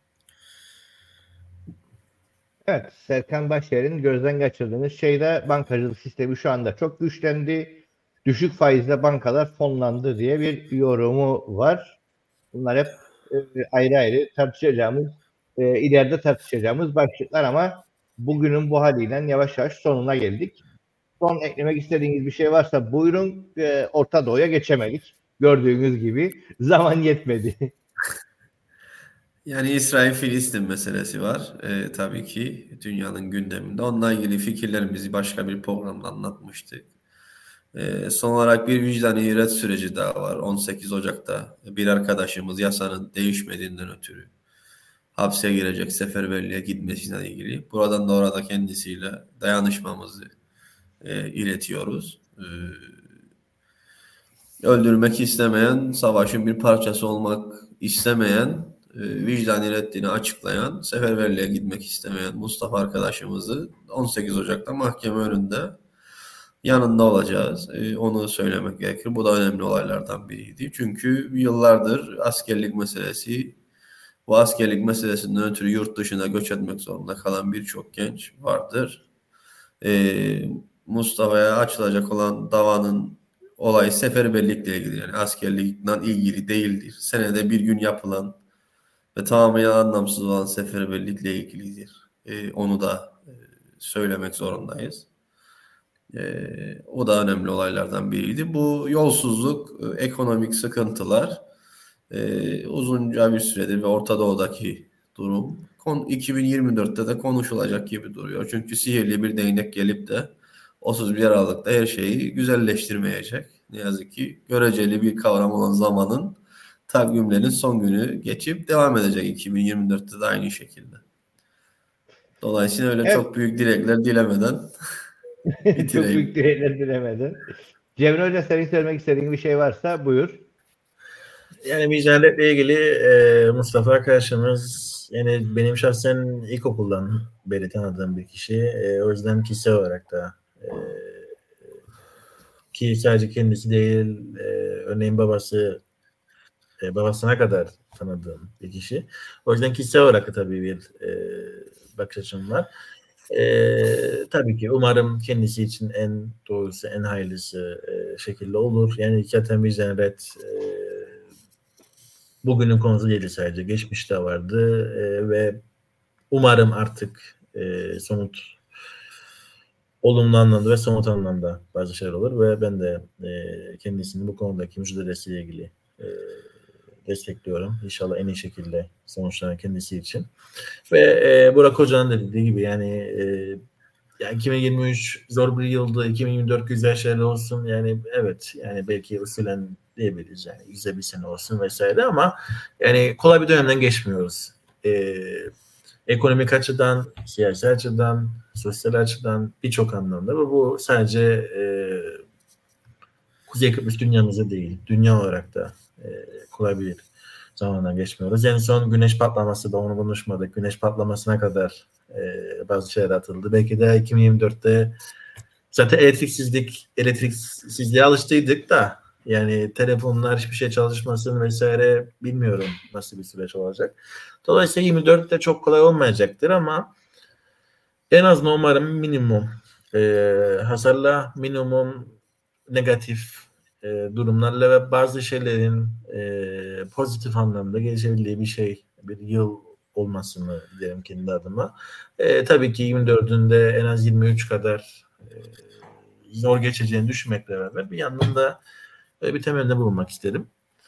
Evet, Serkan Başyer'in gözden kaçırdığınız şeyde bankacılık sistemi şu anda çok güçlendi. Düşük faizle bankalar fonlandı diye bir yorumu var. Bunlar hep e, ayrı ayrı tartışacağımız, e, ileride tartışacağımız başlıklar ama bugünün bu haliyle yavaş yavaş sonuna geldik. Son eklemek istediğiniz bir şey varsa buyurun. E, Orta Doğu'ya geçemedik. Gördüğünüz gibi zaman yetmedi. Yani İsrail-Filistin meselesi var. Ee, tabii ki dünyanın gündeminde. Onunla ilgili fikirlerimizi başka bir programda anlatmıştık. Ee, son olarak bir vicdani ihraç süreci daha var. on sekiz Ocak'ta bir arkadaşımız yasanın değişmediğinden ötürü hapse girecek, seferberliğe gitmesiyle ilgili. Buradan da orada kendisiyle dayanışmamızı e, iletiyoruz. Ee, öldürmek istemeyen, savaşın bir parçası olmak istemeyen, vicdani reddini açıklayan, seferberliğe gitmek istemeyen Mustafa arkadaşımızı on sekiz Ocak'ta mahkeme önünde yanında olacağız. Onu söylemek gerekir. Bu da önemli olaylardan biriydi. Çünkü yıllardır askerlik meselesi, bu askerlik meselesinden ötürü yurt dışına göç etmek zorunda kalan birçok genç vardır. Mustafa'ya açılacak olan davanın olayı seferberlikle ilgili, yani askerlikle ilgili değildir. Senede bir gün yapılan ve tamamen anlamsız olan seferberlikle ilgilidir. Ee, onu da e, söylemek zorundayız. Ee, o da önemli olaylardan biriydi. Bu yolsuzluk, e, ekonomik sıkıntılar e, uzunca bir süredir ve Orta Doğu'daki durum iki bin yirmi dörtte de konuşulacak gibi duruyor. Çünkü sihirli bir değnek gelip de otuz bir Aralık'ta her şeyi güzelleştirmeyecek. Ne yazık ki göreceli bir kavram olan zamanın, takvimlerin son günü geçip devam edecek iki bin yirmi dörtte de aynı şekilde. Dolayısıyla öyle evet. Çok büyük dilekler dilemeden bitireyim. Çok büyük dilekler dilemeden. Cemre Hoca, senin söylemek istediğin bir şey varsa buyur. Yani mücadeleyle ilgili e, Mustafa arkadaşımız yani benim şahsen ilkokuldan beri tanıdığım bir kişi. E, o yüzden kişisel olarak da e, ki sadece kendisi değil e, örneğin babası e, babasına kadar tanıdığım bir kişi. O yüzden kişisel olarak da tabii bir e, bakış açım var. E, tabii ki umarım kendisi için en doğrusu, en hayırlısı e, şekilde olur. Yani zaten bir cennet e, bugünün konusu değil sadece. Geçmişte vardı e, ve umarım artık e, somut olumlu anlamda ve somut anlamda bazı şeyler olur ve ben de e, kendisinin bu konudaki mücadelesiyle ilgili e, destekliyorum. İnşallah en iyi şekilde sonuçlanan kendisi için. Ve e, Burak Hoca'nın da dediği gibi yani, e, yani iki bin yirmi üç zor bir yıldı. iki bin yirmi dört güzel şeyler olsun. Yani evet yani belki usulen diyebiliriz yani güzel bir sene olsun vesaire ama yani kolay bir dönemden geçmiyoruz. E, ekonomik açıdan, siyasi açıdan, sosyal açıdan birçok anlamda ve bu sadece e, Kuzey Kıbrıs dünyamızda değil, dünya olarak da e, kolay bir zamandan geçmiyoruz. Yani son güneş patlaması da onu konuşmadık. Güneş patlamasına kadar e, bazı şeyler atıldı. Belki de iki bin yirmi dörtte zaten elektriksizlik, elektriksizliğe alıştıydık da yani telefonlar hiçbir şey çalışmasın vesaire bilmiyorum nasıl bir süreç olacak. Dolayısıyla yirmi dörtte çok kolay olmayacaktır ama en azından umarım minimum e, hasarla, minimum negatif e, durumlarla ve bazı şeylerin e, pozitif anlamda gelişebildiği bir şey, bir yıl olmasını dilerim kendi adıma. E, tabii ki yirmi dördünde en az yirmi üç kadar e, zor geçeceğini düşünmekle beraber bir yandan da e, bir temelde bulunmak istedim.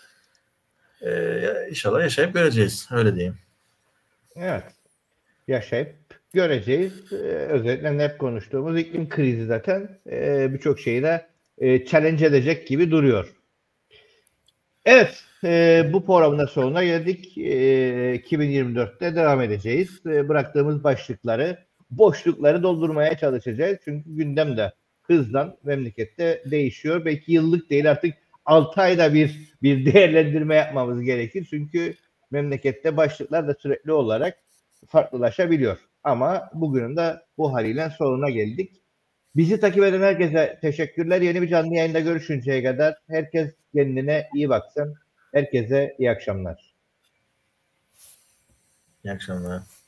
Ee, inşallah yaşayıp göreceğiz. Öyle diyeyim. Evet. Yaşayıp göreceğiz. Ee, özellikle hep konuştuğumuz iklim krizi zaten e, birçok şeyi de e, challenge edecek gibi duruyor. Evet. E, bu programın da sonuna geldik. E, iki bin yirmi dörtte devam edeceğiz. E, bıraktığımız başlıkları, boşlukları doldurmaya çalışacağız. Çünkü gündem de hızla memlekette değişiyor. Belki yıllık değil, artık altı ayda bir bir değerlendirme yapmamız gerekir. Çünkü memlekette başlıklar da sürekli olarak farklılaşabiliyor. Ama bugünün de bu haliyle sonuna geldik. Bizi takip eden herkese teşekkürler. Yeni bir canlı yayında görüşünceye kadar herkes kendine iyi baksın. Herkese iyi akşamlar. İyi akşamlar.